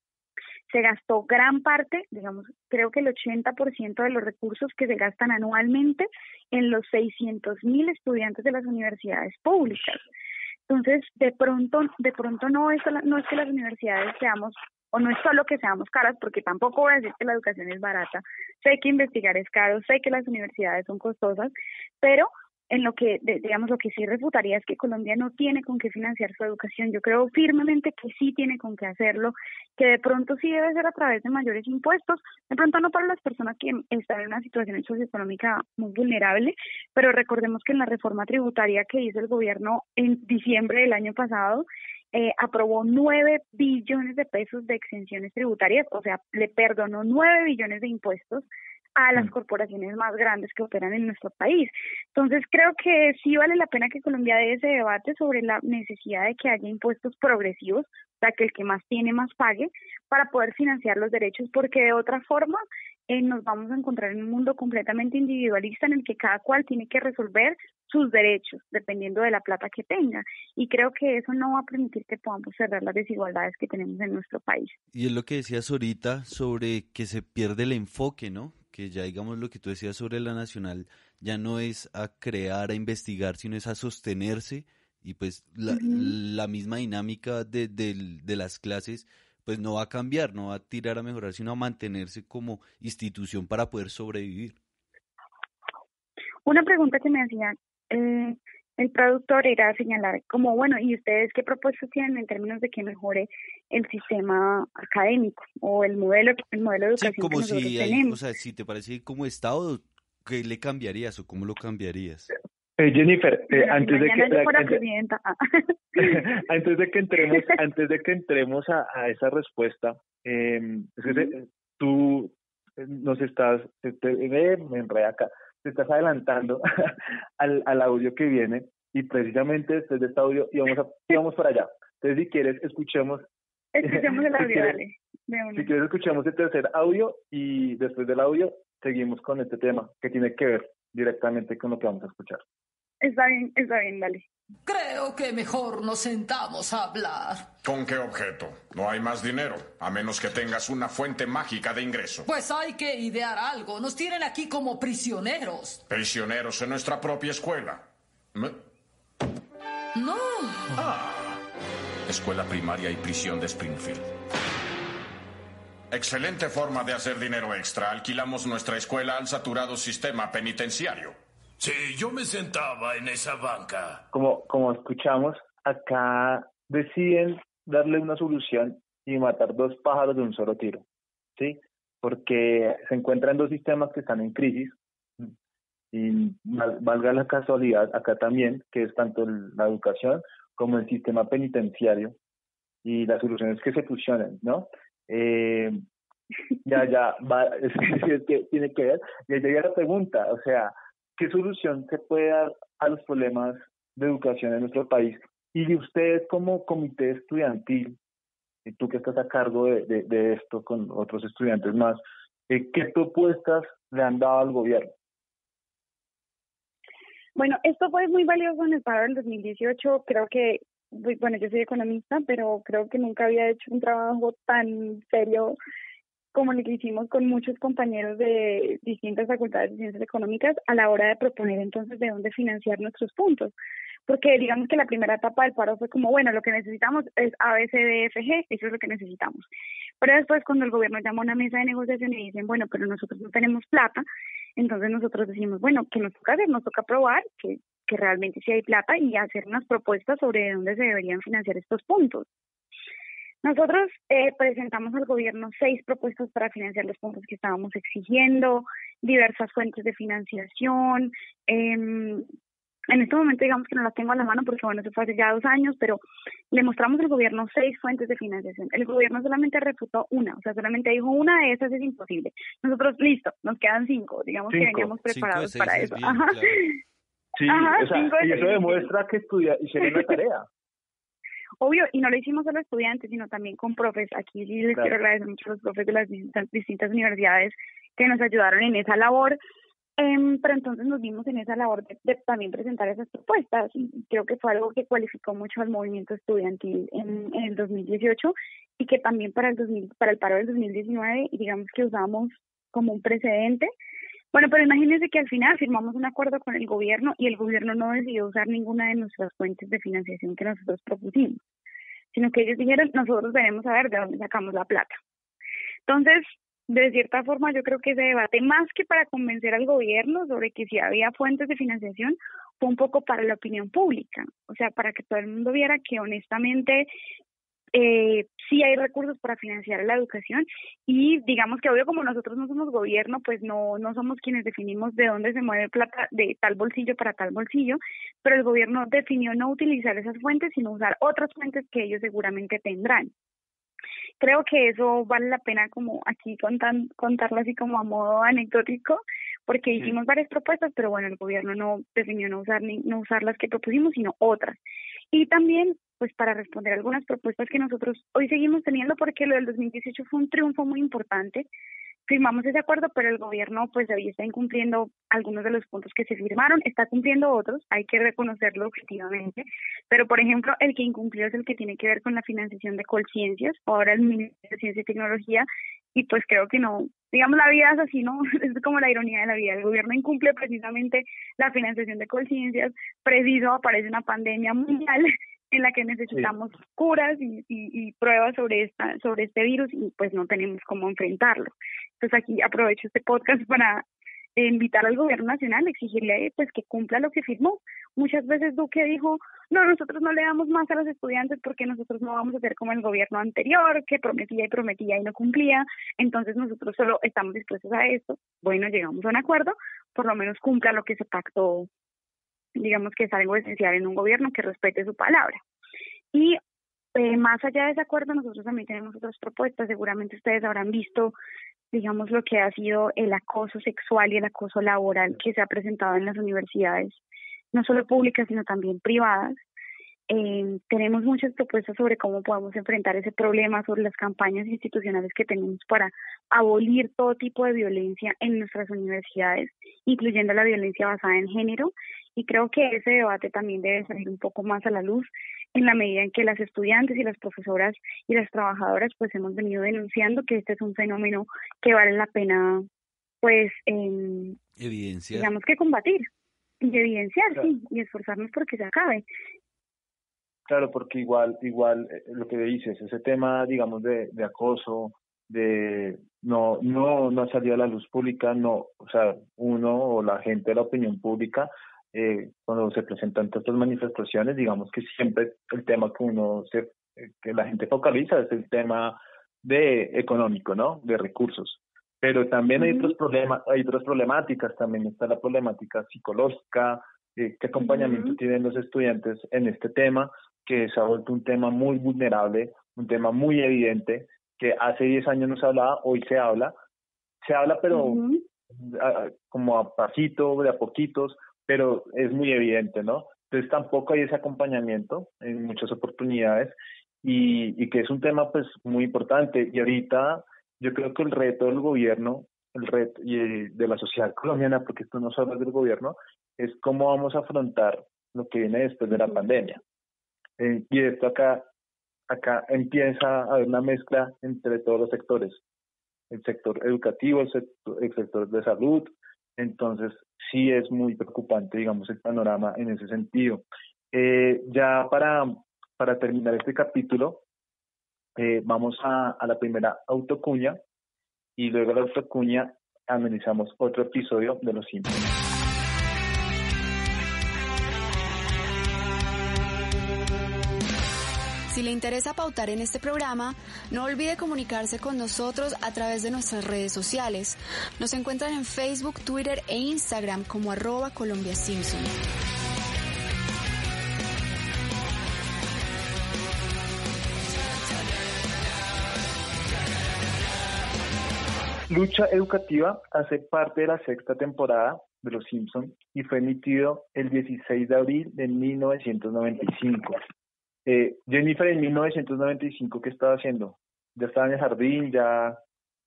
se gastó gran parte, digamos, creo que el ochenta por ciento de los recursos que se gastan anualmente en los seiscientos mil estudiantes de las universidades públicas. Entonces, de pronto, de pronto no es, no es que las universidades seamos, o no es solo que seamos caras, porque tampoco voy a decir que la educación es barata. Sé que investigar es caro, sé que las universidades son costosas, pero en lo que, digamos, lo que sí refutaría es que Colombia no tiene con qué financiar su educación. Yo creo firmemente que sí tiene con qué hacerlo, que de pronto sí debe ser a través de mayores impuestos, de pronto no para las personas que están en una situación socioeconómica muy vulnerable, pero recordemos que en la reforma tributaria que hizo el gobierno en diciembre del año pasado, eh, aprobó nueve billones de pesos de exenciones tributarias, o sea, le perdonó nueve billones de impuestos a las corporaciones más grandes que operan en nuestro país. Entonces creo que sí vale la pena que Colombia dé ese debate sobre la necesidad de que haya impuestos progresivos, o sea, que el que más tiene más pague, para poder financiar los derechos, porque de otra forma eh, nos vamos a encontrar en un mundo completamente individualista en el que cada cual tiene que resolver sus derechos, dependiendo de la plata que tenga. Y creo que eso no va a permitir que podamos cerrar las desigualdades que tenemos en nuestro país. Y es lo que decías ahorita sobre que se pierde el enfoque, ¿no? Que ya digamos lo que tú decías sobre la nacional ya no es a crear, a investigar, sino es a sostenerse, y pues la, uh-huh. la misma dinámica de, de, de las clases pues no va a cambiar, no va a tirar a mejorar, sino a mantenerse como institución para poder sobrevivir. Una pregunta que me hacía eh, el productor era señalar como, bueno, ¿y ustedes qué propuestas tienen en términos de que mejore el sistema académico o el modelo, el modelo de educación sí, como que nosotros si hay, tenemos? O sea, si te parece como Estado, ¿qué le cambiarías o cómo lo cambiarías? Eh, Jennifer, eh, antes de que yo fuera antes, presidenta. antes de que entremos, antes de que entremos a, a esa respuesta, eh, es que te, tú nos estás, te, te, eh, me enredé acá, te estás adelantando al, al audio que viene, y precisamente después de este audio íbamos a, íbamos para allá. Entonces, si quieres, escuchemos. Escuchemos el audio, si quieres, dale. Si quieres, escuchemos el tercer audio y después del audio seguimos con este tema que tiene que ver directamente con lo que vamos a escuchar. Está bien, está bien, dale. Creo que mejor nos sentamos a hablar. ¿Con qué objeto? No hay más dinero, a menos que tengas una fuente mágica de ingreso. Pues hay que idear algo. Nos tienen aquí como prisioneros. Prisioneros en nuestra propia escuela. ¿Me? No. Ah. Escuela primaria y prisión de Springfield. Excelente forma de hacer dinero extra. Alquilamos nuestra escuela al saturado sistema penitenciario. Sí, yo me sentaba en esa banca. Como, como escuchamos, acá deciden darle una solución y matar dos pájaros de un solo tiro, ¿sí? Porque se encuentran dos sistemas que están en crisis, y valga la casualidad acá también, que es tanto el, la educación como el sistema penitenciario, y las soluciones que se fusionan, ¿no? Eh, ya, ya, va, es, es que tiene que ver, y ahí llega la pregunta, o sea, ¿qué solución se puede dar a los problemas de educación en nuestro país? Y ustedes como comité estudiantil, y tú que estás a cargo de, de, de esto con otros estudiantes más, eh, ¿qué propuestas le han dado al gobierno? Bueno, esto fue muy valioso en el paro del dos mil dieciocho. Creo que, bueno, yo soy economista, pero creo que nunca había hecho un trabajo tan serio como el que hicimos con muchos compañeros de distintas facultades de ciencias económicas a la hora de proponer entonces de dónde financiar nuestros puntos. Porque digamos que la primera etapa del paro fue como, bueno, lo que necesitamos es A, B, C, D, F, G, eso es lo que necesitamos. Pero después cuando el gobierno llama a una mesa de negociación y dicen, bueno, pero nosotros no tenemos plata, entonces nosotros decimos, bueno, ¿qué nos toca hacer? Nos toca probar que, que realmente sí hay plata y hacer unas propuestas sobre de dónde se deberían financiar estos puntos. Nosotros eh, presentamos al gobierno seis propuestas para financiar los puntos que estábamos exigiendo, diversas fuentes de financiación. Eh, en este momento digamos que no las tengo a la mano porque bueno, eso fue hace ya dos años, pero le mostramos al gobierno seis fuentes de financiación. El gobierno solamente refutó una, o sea, solamente dijo una de esas es imposible. Nosotros, listo, nos quedan cinco, digamos cinco, que veníamos preparados cinco para eso. Bien, Ajá. claro. Sí, Ajá, o sea, y eso demuestra que estudia, hicieron la tarea. Obvio, y no lo hicimos solo estudiantes, sino también con profes. Aquí sí les claro. quiero agradecer mucho a los profes de las distintas, distintas universidades que nos ayudaron en esa labor. Eh, pero entonces nos vimos en esa labor de, de también presentar esas propuestas. Y creo que fue algo que cualificó mucho al movimiento estudiantil en, en el dos mil dieciocho y que también para el dos mil, para el paro del dos mil diecinueve, digamos que usamos como un precedente. Bueno, pero imagínense que al final firmamos un acuerdo con el gobierno y el gobierno no decidió usar ninguna de nuestras fuentes de financiación que nosotros propusimos, sino que ellos dijeron, nosotros veremos a ver de dónde sacamos la plata. Entonces, de cierta forma, yo creo que ese debate, más que para convencer al gobierno sobre que si había fuentes de financiación, fue un poco para la opinión pública, o sea, para que todo el mundo viera que honestamente eh, sí hay recursos para financiar la educación y digamos que obvio como nosotros no somos gobierno, pues no no somos quienes definimos de dónde se mueve plata de tal bolsillo para tal bolsillo, pero el gobierno definió no utilizar esas fuentes, sino usar otras fuentes que ellos seguramente tendrán. Creo que eso vale la pena como aquí contan, contarlo así como a modo anecdótico, porque hicimos sí. varias propuestas, pero bueno, el gobierno no definió no usar ni no usar las que propusimos, sino otras. Y también, pues para responder algunas propuestas que nosotros hoy seguimos teniendo, porque lo del dos mil dieciocho fue un triunfo muy importante. Firmamos ese acuerdo, pero el gobierno pues hoy está incumpliendo algunos de los puntos que se firmaron, está cumpliendo otros, hay que reconocerlo objetivamente, pero por ejemplo el que incumplió es el que tiene que ver con la financiación de Colciencias, ahora el Ministerio de Ciencia y Tecnología, y pues creo que no, digamos la vida es así, ¿no? Es como la ironía de la vida, el gobierno incumple precisamente la financiación de Colciencias, preciso aparece una pandemia mundial en la que necesitamos sí. curas y, y, y pruebas sobre esta sobre este virus y pues no tenemos cómo enfrentarlo. Entonces aquí aprovecho este podcast para eh, invitar al gobierno nacional, exigirle pues que cumpla lo que firmó. Muchas veces Duque dijo, no, nosotros no le damos más a los estudiantes porque nosotros no vamos a ser como el gobierno anterior, que prometía y prometía y no cumplía, entonces nosotros solo estamos dispuestos a esto. Bueno, llegamos a un acuerdo, por lo menos cumpla lo que se pactó, digamos que es algo esencial en un gobierno, que respete su palabra. Y eh, más allá de ese acuerdo, nosotros también tenemos otras propuestas. Seguramente ustedes habrán visto, digamos, lo que ha sido el acoso sexual y el acoso laboral que se ha presentado en las universidades, no solo públicas, sino también privadas. Eh, tenemos muchas propuestas sobre cómo podemos enfrentar ese problema, sobre las campañas institucionales que tenemos para abolir todo tipo de violencia en nuestras universidades, incluyendo la violencia basada en género, y creo que ese debate también debe salir un poco más a la luz en la medida en que las estudiantes y las profesoras y las trabajadoras pues hemos venido denunciando que este es un fenómeno que vale la pena pues eh, evidenciar, digamos que combatir y evidenciar, claro. sí, y esforzarnos porque se acabe. Claro, porque igual, igual eh, lo que dices, ese tema, digamos, de, de acoso, de no, no, no ha salido a la luz pública, no, o sea, uno o la gente de la opinión pública, eh, cuando se presentan todas estas manifestaciones, digamos que siempre el tema que uno se, que la gente focaliza es el tema de económico, ¿no? De recursos. Pero también uh-huh. hay otros problemas, hay otras problemáticas, también está la problemática psicológica, eh, qué acompañamiento uh-huh. tienen los estudiantes en este tema, que se ha vuelto un tema muy vulnerable, un tema muy evidente, que hace diez años no se hablaba, hoy se habla, se habla pero uh-huh. a, como a pasito, de a poquitos, pero es muy evidente, ¿no? Entonces tampoco hay ese acompañamiento en muchas oportunidades y, y que es un tema pues muy importante. Y ahorita yo creo que el reto del gobierno, el reto y de la sociedad colombiana, porque esto no solo es del gobierno, es cómo vamos a afrontar lo que viene después de la pandemia. Eh, y esto acá, acá empieza a haber una mezcla entre todos los sectores, el sector educativo, el sector, el sector de salud. Entonces sí es muy preocupante, digamos, el panorama en ese sentido. Eh, ya para, para terminar este capítulo, eh, vamos a, a la primera autocuña y luego de la autocuña analizamos otro episodio de Los Simpsons. Si le interesa pautar en este programa, no olvide comunicarse con nosotros a través de nuestras redes sociales. Nos encuentran en Facebook, Twitter e Instagram como arroba Colombia Simpson. Lucha Educativa hace parte de la sexta temporada de Los Simpson y fue emitido el dieciséis de abril de mil novecientos noventa y cinco. Eh, Jennifer, en mil novecientos noventa y cinco, ¿qué estaba haciendo? ¿Ya estaba en el jardín? ¿Ya...?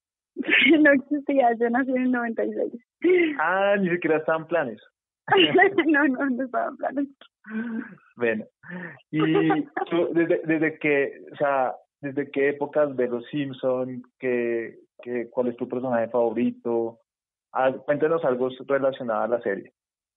No existía, yo nací en el noventa y seis. Ah, ni siquiera estaban planes. no, no, no estaban planes. Bueno, y tú, desde, desde que, o sea, ¿desde qué épocas de Los Simpson? ¿Qué, qué, ¿Cuál es tu personaje favorito? Ah, cuéntanos algo relacionado a la serie.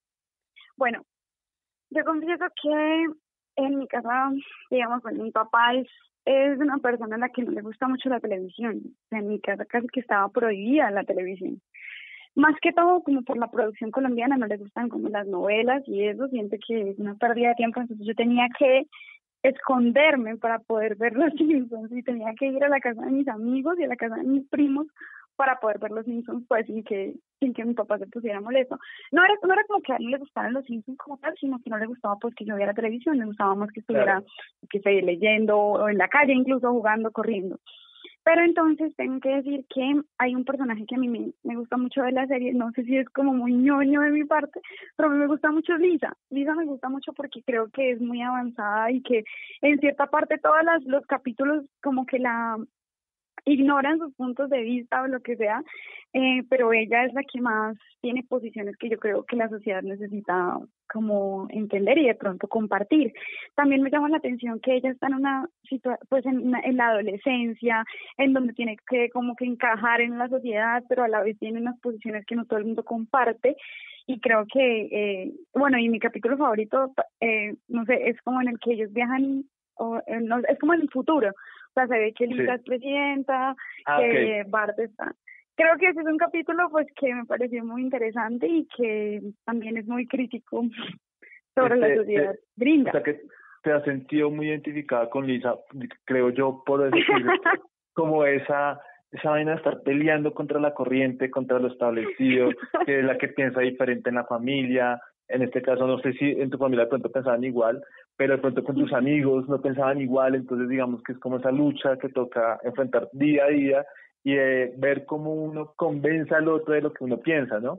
Bueno, yo confieso que en mi casa, digamos, bueno, mi papá es, es una persona a la que no le gusta mucho la televisión. O sea, en mi casa casi que estaba prohibida la televisión. Más que todo, como por la producción colombiana, no le gustan como las novelas y eso, siente que es una pérdida de tiempo, entonces yo tenía que esconderme para poder ver Los Simpsons y tenía que ir a la casa de mis amigos y a la casa de mis primos para poder ver Los Simpsons, pues sin que sin que mi papá se pusiera molesto. No era, no era como que a él no le gustaran Los Simpsons como tal, sino que no le gustaba pues que yo viera televisión, le gustaba más que estuviera, claro, que esté leyendo o en la calle, incluso jugando, corriendo. Pero entonces tengo que decir que hay un personaje que a mí me, me gusta mucho de la serie, no sé si es como muy ñoño de mi parte, pero a mí me gusta mucho Lisa. Lisa me gusta mucho porque creo que es muy avanzada y que en cierta parte todos las, los capítulos como que la ignoran sus puntos de vista o lo que sea, eh, pero ella es la que más tiene posiciones que yo creo que la sociedad necesita como entender y de pronto compartir. También me llama la atención que ella está en una situación, pues en, una, en la adolescencia, en donde tiene que como que encajar en la sociedad, pero a la vez tiene unas posiciones que no todo el mundo comparte. Y creo que, eh, bueno, y mi capítulo favorito, eh, no sé, es como en el que ellos viajan, o eh, no, es como en el futuro. O sea, se ve que Lisa sí. es presidenta, ah, que okay. Bart está... Creo que ese es un capítulo pues que me pareció muy interesante y que también es muy crítico sobre este, la sociedad te, gringa. O sea, que te has sentido muy identificada con Lisa, creo yo, por eso como esa... esa vaina de estar peleando contra la corriente, contra lo establecido, que es la que piensa diferente en la familia. En este caso, no sé si en tu familia de pronto pensaban igual, pero de pronto con tus amigos no pensaban igual, entonces digamos que es como esa lucha que toca enfrentar día a día y eh, ver cómo uno convence al otro de lo que uno piensa, ¿no?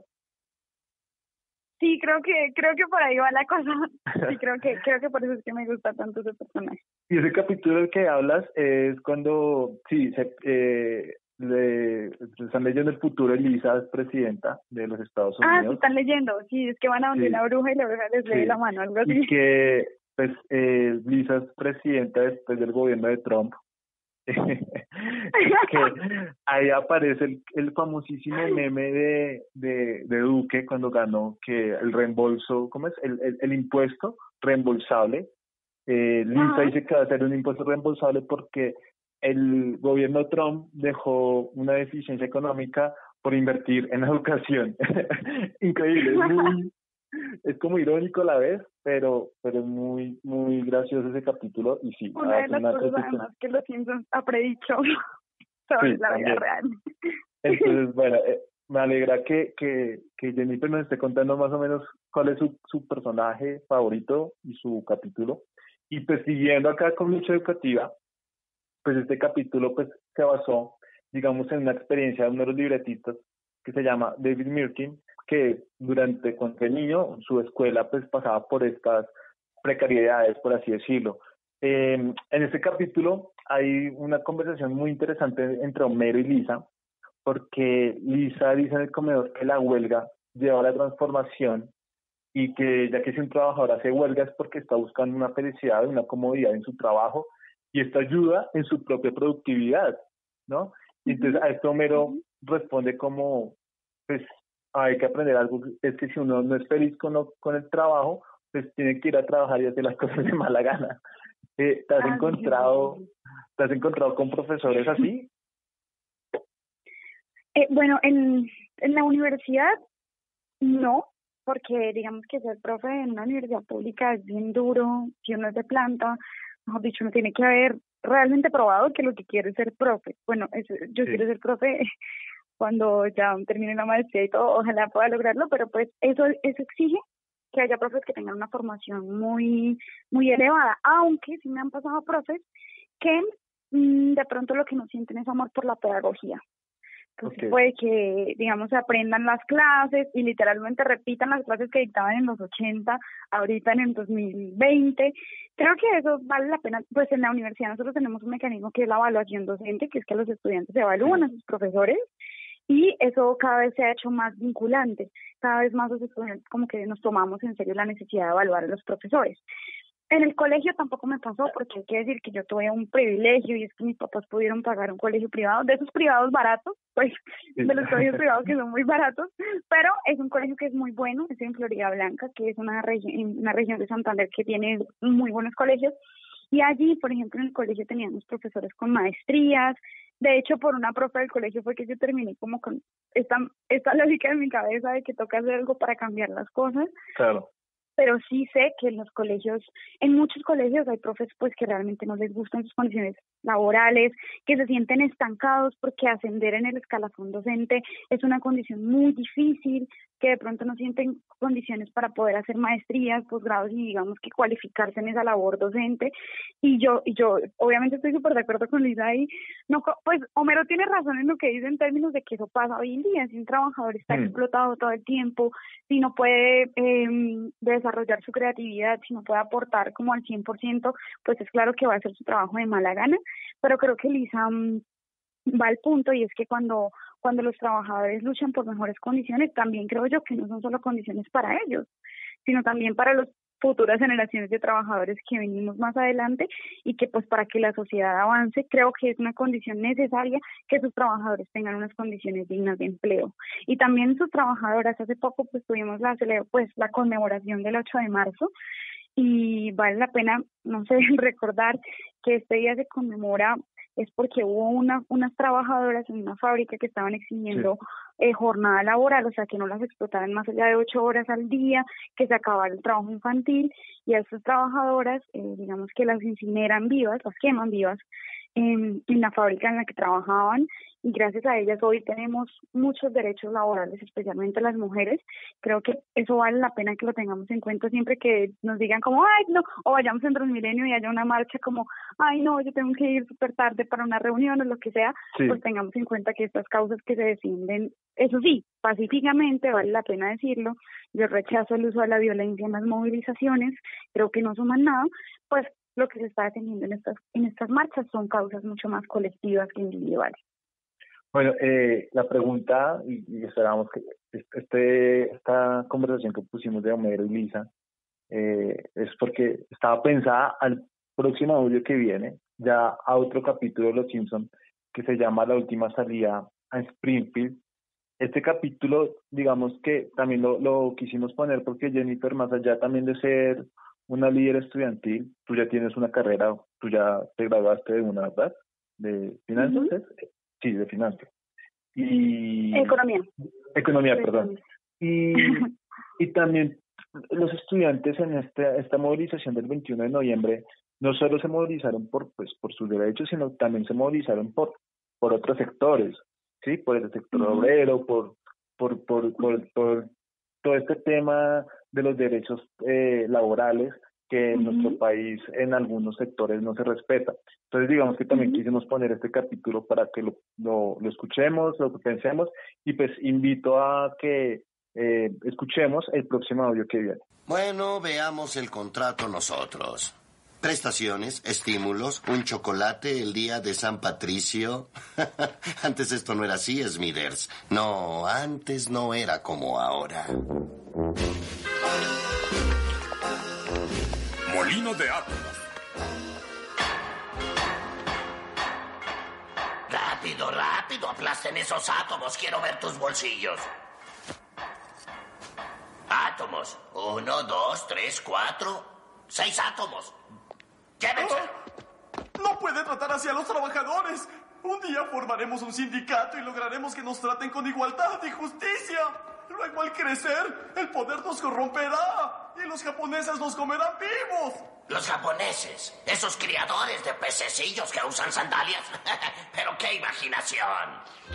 Sí, creo que creo que por ahí va la cosa. Sí, creo que creo que por eso es que me gusta tanto ese personaje. Y ese capítulo del que hablas es cuando, sí, se, eh, le, están leyendo el futuro, Lisa es presidenta de los Estados Unidos. Ah, sí, están leyendo, sí, es que van a donde sí. una bruja y la bruja les lee sí. la mano, algo así. Y que, pues, eh, Lisa es presidenta después del gobierno de Trump. Que ahí aparece el, el famosísimo meme de, de, de Duque cuando ganó, que el reembolso, ¿cómo es? El, el, el impuesto reembolsable. Eh, Lisa uh-huh. dice que va a ser un impuesto reembolsable porque el gobierno Trump dejó una deficiencia económica por invertir en educación. Increíble, es muy, es como irónico a la vez, pero pero es muy muy gracioso ese capítulo y sí. Una de las cosas además que los Simpsons ha predicho sobre sí, la vida real. Entonces, bueno, eh, me alegra que, que, que Jennifer nos esté contando más o menos cuál es su, su personaje favorito y su capítulo. Y pues siguiendo acá con Lucha Educativa, pues este capítulo pues se basó, digamos, en una experiencia de uno de los libretistas que se llama David Mirkin, que durante cuando fue niño, su escuela pues pasaba por estas precariedades, por así decirlo. Eh, en este capítulo hay una conversación muy interesante entre Homero y Lisa, porque Lisa dice en el comedor que la huelga lleva a la transformación y que ya que si un trabajador hace huelga es porque está buscando una felicidad, una comodidad en su trabajo y esto ayuda en su propia productividad, ¿no? Y entonces a esto Homero responde como, pues hay que aprender algo, es que si uno no es feliz con, lo, con el trabajo, pues tiene que ir a trabajar y hacer las cosas de mala gana. Eh, ¿Te has ah, encontrado, sí. ¿te has encontrado con profesores así? Eh, bueno, en, en la universidad no, porque digamos que ser profe en una universidad pública es bien duro, si uno es de planta, mejor dicho, uno tiene que haber realmente probado que lo que quiere es ser profe. Bueno, es, yo sí. quiero ser profe cuando ya termine la maestría y todo, ojalá pueda lograrlo, pero pues eso, eso exige que haya profes que tengan una formación muy, muy elevada, aunque sí me han pasado profes que mmm, de pronto lo que no sienten es amor por la pedagogía. Entonces okay. puede que, digamos, se aprendan las clases y literalmente repitan las clases que dictaban en los ochenta, ahorita en el dos mil veinte. Creo que eso vale la pena. Pues en la universidad nosotros tenemos un mecanismo que es la evaluación docente, que es que los estudiantes evalúan a sus profesores y eso cada vez se ha hecho más vinculante. Cada vez más los estudiantes como que nos tomamos en serio la necesidad de evaluar a los profesores. En el colegio tampoco me pasó porque hay que decir que yo tuve un privilegio y es que mis papás pudieron pagar un colegio privado, de esos privados baratos, pues de los colegios privados que son muy baratos, pero es un colegio que es muy bueno, es en Florida Blanca, que es una, regi- una región de Santander que tiene muy buenos colegios. Y allí, por ejemplo, en el colegio teníamos profesores con maestrías. De hecho, por una profe del colegio fue que yo terminé como con esta, esta lógica en mi cabeza de que toca hacer algo para cambiar las cosas. Claro. Pero sí sé que en los colegios, en muchos colegios hay profes pues que realmente no les gustan sus condiciones laborales, que se sienten estancados porque ascender en el escalafón docente es una condición muy difícil, que de pronto no sienten condiciones para poder hacer maestrías, posgrados y digamos que cualificarse en esa labor docente. Y yo, y yo obviamente estoy súper de acuerdo con Lisa ahí. No, pues Homero tiene razón en lo que dice en términos de que eso pasa hoy en día. Si un trabajador está mm. explotado todo el tiempo, si no puede eh, desarrollar su creatividad, si no puede aportar como al cien por ciento, pues es claro que va a hacer su trabajo de mala gana. Pero creo que Lisa um, va al punto y es que cuando cuando los trabajadores luchan por mejores condiciones, también creo yo que no son solo condiciones para ellos, sino también para las futuras generaciones de trabajadores que venimos más adelante y que pues para que la sociedad avance, creo que es una condición necesaria que sus trabajadores tengan unas condiciones dignas de empleo. Y también sus trabajadoras, hace poco pues tuvimos la, pues, la conmemoración del ocho de marzo, y vale la pena, no sé, recordar que este día se conmemora es porque hubo una unas trabajadoras en una fábrica que estaban exigiendo sí. eh, jornada laboral, o sea, que no las explotaran más allá de ocho horas al día, que se acabara el trabajo infantil, y a estas trabajadoras, eh, digamos que las incineran vivas, las queman vivas, en, en la fábrica en la que trabajaban, y gracias a ellas hoy tenemos muchos derechos laborales, especialmente las mujeres. Creo que eso vale la pena que lo tengamos en cuenta siempre que nos digan como, ay, no, o vayamos en Transmilenio y haya una marcha como, ay, no, yo tengo que ir súper tarde para una reunión o lo que sea, sí. Pues tengamos en cuenta que estas causas que se defienden, eso sí, pacíficamente, vale la pena decirlo, yo rechazo el uso de la violencia en las movilizaciones, creo que no suman nada, pues lo que se está defendiendo en estas en estas marchas son causas mucho más colectivas que individuales. Bueno, eh, la pregunta, y, y esperamos que este esta conversación que pusimos de Homero y Lisa, eh, es porque estaba pensada al próximo audio que viene, ya a otro capítulo de Los Simpson, que se llama La Última Salida a Springfield. Este capítulo, digamos que también lo, lo quisimos poner porque Jennifer, más allá también de ser una líder estudiantil, tú ya tienes una carrera, tú ya te graduaste de una, ¿verdad? ¿De finanzas? Uh-huh. Sí, de finanzas. Y... Economía. Economía, perdón. Y, y también los estudiantes en este, esta movilización del veintiuno de noviembre no solo se movilizaron por, pues, por sus derechos, sino también se movilizaron por, por otros sectores, ¿sí? Por el sector uh-huh. obrero, por, por, por, por, por todo este tema de los derechos eh, laborales que en Uh-huh. nuestro país en algunos sectores no se respeta. Entonces digamos que también Uh-huh. quisimos poner este capítulo para que lo, lo, lo escuchemos, lo pensemos, y pues invito a que eh, escuchemos el próximo audio que viene. Bueno, veamos el contrato nosotros. Prestaciones, estímulos, un chocolate el día de San Patricio. Antes esto no era así, Smithers. No, antes no era como ahora. Molino de átomos. Rápido, rápido, aplasten esos átomos. Quiero ver tus bolsillos. Átomos. Uno, dos, tres, cuatro. Seis átomos. ¡Llévense! Oh, no puede tratar así a los trabajadores. Un día formaremos un sindicato y lograremos que nos traten con igualdad y justicia. Luego, al crecer, el poder nos corromperá y los japoneses nos comerán vivos. Los japoneses, esos criadores de pececillos que usan sandalias. Pero qué imaginación.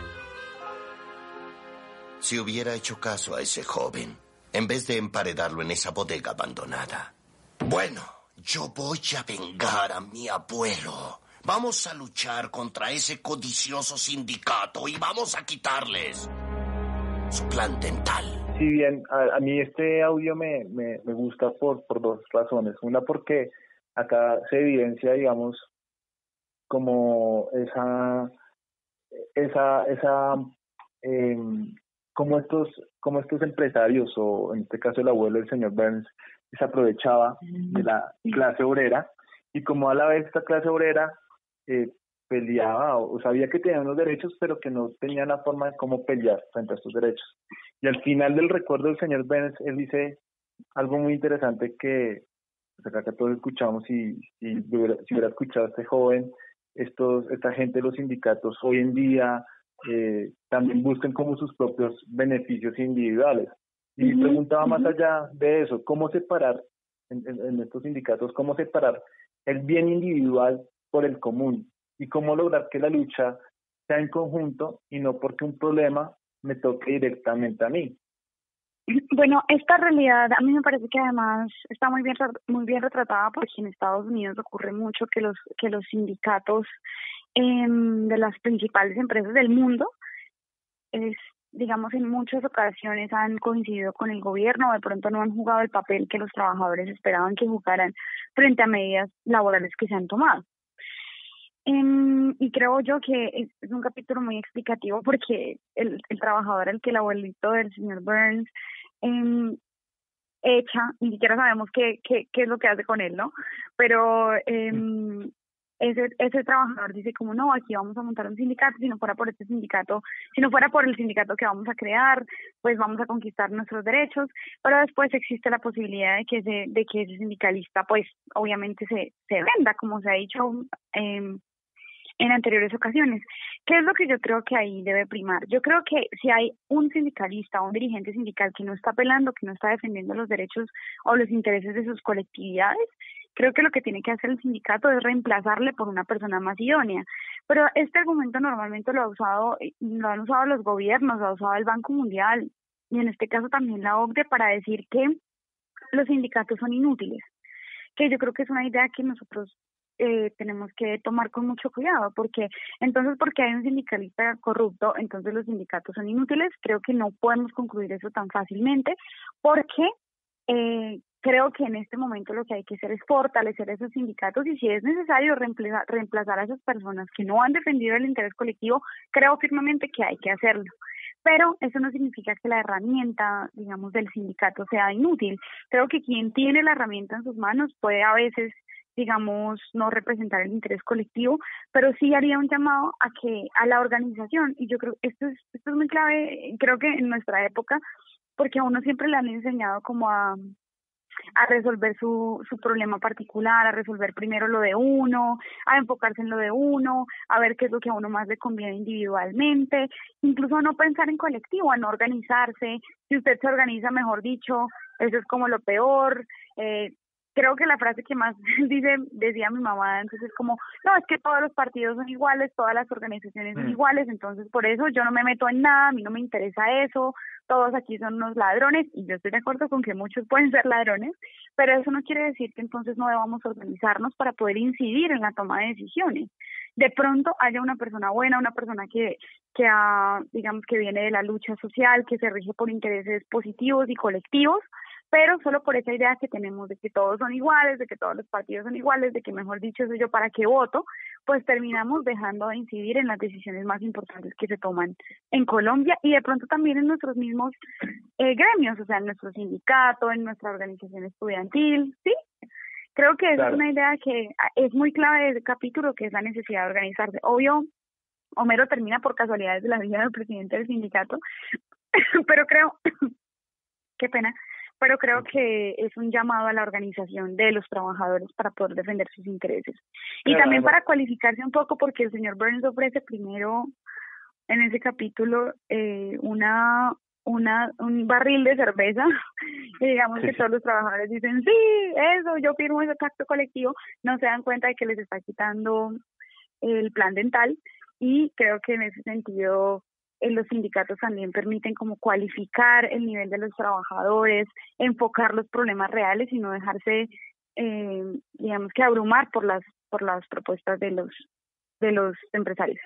Si hubiera hecho caso a ese joven, en vez de emparedarlo en esa bodega abandonada. Bueno, yo voy a vengar a mi abuelo. Vamos a luchar contra ese codicioso sindicato y vamos a quitarles su plan dental. Si bien a, a mí este audio me, me, me gusta por, por dos razones. Una, porque acá se evidencia, digamos, como esa, esa, esa, eh, como estos, como estos empresarios, o en este caso el abuelo del señor Burns, se aprovechaba de la clase obrera, y como a la vez esta clase obrera eh, peleaba o sabía que tenían unos derechos, pero que no tenía la forma de cómo pelear frente a estos derechos. Y al final del recuerdo del señor Burns, él dice algo muy interesante que pues acá todos escuchamos, y, y hubiera, si hubiera escuchado a este joven, estos, esta gente de los sindicatos hoy en día eh, también buscan como sus propios beneficios individuales. Y uh-huh, preguntaba uh-huh. más allá de eso, ¿cómo separar en, en, en estos sindicatos, cómo separar el bien individual por el común? Y cómo lograr que la lucha sea en conjunto y no porque un problema me toque directamente a mí. Bueno, esta realidad a mí me parece que además está muy bien muy bien retratada, porque en Estados Unidos ocurre mucho que los que los sindicatos eh, de las principales empresas del mundo es digamos, en muchas ocasiones han coincidido con el gobierno, o de pronto no han jugado el papel que los trabajadores esperaban que jugaran frente a medidas laborales que se han tomado. Um, y creo yo que es, es un capítulo muy explicativo, porque el, el trabajador al que el abuelito del señor Burns um, echa, ni siquiera sabemos qué, qué, qué es lo que hace con él, ¿no? Pero um, Ese, ese trabajador dice como no, aquí vamos a montar un sindicato, si no fuera por este sindicato, si no fuera por el sindicato que vamos a crear, pues vamos a conquistar nuestros derechos, pero después existe la posibilidad de que ese, de que ese sindicalista pues obviamente se, se venda, como se ha dicho eh, en anteriores ocasiones. ¿Qué es lo que yo creo que ahí debe primar? Yo creo que si hay un sindicalista o un dirigente sindical que no está apelando, que no está defendiendo los derechos o los intereses de sus colectividades, creo que lo que tiene que hacer el sindicato es reemplazarle por una persona más idónea. Pero este argumento normalmente lo ha usado, lo han usado los gobiernos, lo ha usado el Banco Mundial, y en este caso también la O C D E, para decir que los sindicatos son inútiles, que yo creo que es una idea que nosotros eh, tenemos que tomar con mucho cuidado, porque entonces porque hay un sindicalista corrupto, entonces los sindicatos son inútiles. Creo que no podemos concluir eso tan fácilmente, porque eh, creo que en este momento lo que hay que hacer es fortalecer esos sindicatos, y si es necesario reemplazar, reemplazar a esas personas que no han defendido el interés colectivo, creo firmemente que hay que hacerlo. Pero eso no significa que la herramienta, digamos, del sindicato sea inútil. Creo que quien tiene la herramienta en sus manos puede a veces, digamos, no representar el interés colectivo, pero sí haría un llamado a que a la organización, y yo creo que esto es, esto es muy clave, creo que en nuestra época, porque a uno siempre le han enseñado como a a resolver su, su problema particular, a resolver primero lo de uno, a enfocarse en lo de uno, a ver qué es lo que a uno más le conviene individualmente, incluso a no pensar en colectivo, a no organizarse. Si usted se organiza, mejor dicho, eso es como lo peor. Eh, creo que la frase que más dice decía mi mamá antes es como, no, es que todos los partidos son iguales, todas las organizaciones son iguales, entonces por eso yo no me meto en nada, a mí no me interesa eso, todos aquí son unos ladrones, y yo estoy de acuerdo con que muchos pueden ser ladrones, pero eso no quiere decir que entonces no debamos organizarnos para poder incidir en la toma de decisiones. De pronto haya una persona buena, una persona que, que ha, digamos, que viene de la lucha social, que se rige por intereses positivos y colectivos, pero solo por esa idea que tenemos de que todos son iguales, de que todos los partidos son iguales, de que mejor dicho soy yo para qué voto, pues terminamos dejando de incidir en las decisiones más importantes que se toman en Colombia y de pronto también en nuestros mismos eh, gremios, o sea, en nuestro sindicato, en nuestra organización estudiantil, ¿sí? Creo que esa claro. es una idea que es muy clave del capítulo, que es la necesidad de organizarse. Obvio, Homero termina por casualidades de la vida del presidente del sindicato, pero creo, qué pena, pero creo que es un llamado a la organización de los trabajadores para poder defender sus intereses. Y claro, también para cualificarse un poco, porque el señor Burns ofrece primero en ese capítulo eh, una una un barril de cerveza, y digamos sí. que todos los trabajadores dicen, sí, eso, yo firmo ese pacto colectivo, no se dan cuenta de que les está quitando el plan dental, y creo que en ese sentido eh, los sindicatos también permiten como cualificar el nivel de los trabajadores, enfocar los problemas reales y no dejarse, eh, digamos que abrumar por las por las propuestas de los de los empresarios.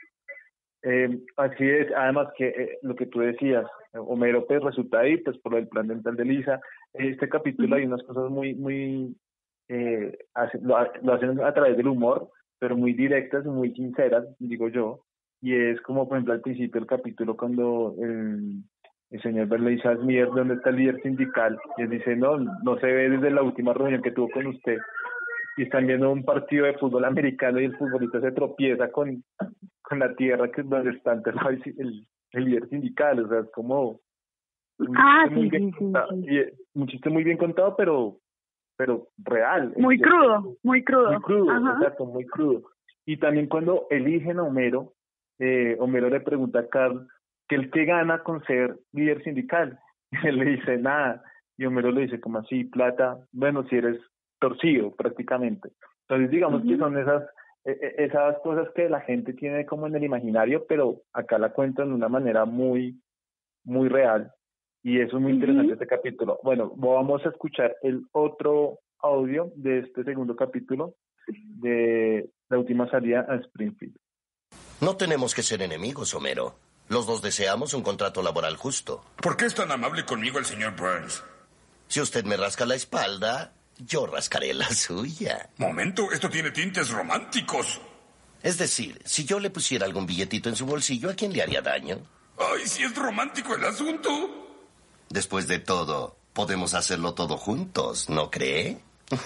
Eh, así es, además que eh, lo que tú decías, Homero pues resulta ahí pues por el plan dental de Lisa. Este capítulo uh-huh. hay unas cosas muy muy eh, hace, lo, lo hacen a través del humor, pero muy directas y muy sinceras, digo yo, y es como por ejemplo al principio del capítulo cuando el, el señor Berley dice a Smith, ¿dónde está el líder sindical? Y él dice, no, no se ve desde la última reunión que tuvo con usted. Y están viendo un partido de fútbol americano y el futbolista se tropieza con, con la tierra que es donde está el, el, el líder sindical, o sea, es como un ah, chiste muy sí, bien sí, contado, sí, sí. Y un chiste muy bien contado, pero pero real. Muy ¿cierto? crudo, muy crudo. Muy crudo, Ajá. exacto, muy crudo. Y también cuando eligen a Homero, eh, Homero le pregunta a Carl que el que gana con ser líder sindical. Y él le dice nada. Y Homero le dice como así, plata, bueno, si eres torcido prácticamente. Entonces digamos uh-huh. que son esas eh, esas cosas que la gente tiene como en el imaginario, pero acá la cuentan de una manera muy muy real, y eso es muy uh-huh. interesante este capítulo. Bueno, vamos a escuchar el otro audio de este segundo capítulo de La última salida a Springfield. No tenemos que ser enemigos, Homero. Los dos deseamos un contrato laboral justo. ¿Por qué es tan amable conmigo el señor Burns? Si usted me rasca la espalda, yo rascaré la suya. Momento, esto tiene tintes románticos. Es decir, si yo le pusiera algún billetito en su bolsillo, ¿a quién le haría daño? Ay, si es romántico el asunto. Después de todo, podemos hacerlo todo juntos, ¿no cree?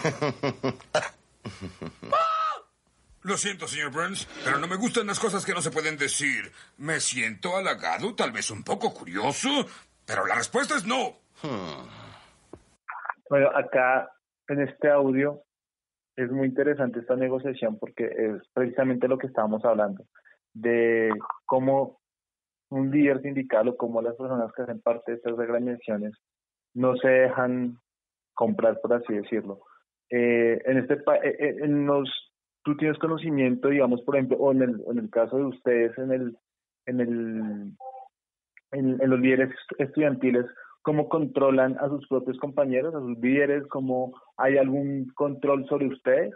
Lo siento, señor Burns, pero no me gustan las cosas que no se pueden decir. Me siento halagado, tal vez un poco curioso, pero la respuesta es no. Hmm. Bueno, acá en este audio es muy interesante esta negociación porque es precisamente lo que estábamos hablando, de cómo un líder sindical o cómo las personas que hacen parte de estas organizaciones no se dejan comprar, por así decirlo. Eh, en este eh, en los tú tienes conocimiento, digamos, por ejemplo, o en el en el caso de ustedes en el en el en, en los líderes estudiantiles, ¿cómo controlan a sus propios compañeros, a sus líderes? ¿Cómo hay algún control sobre ustedes?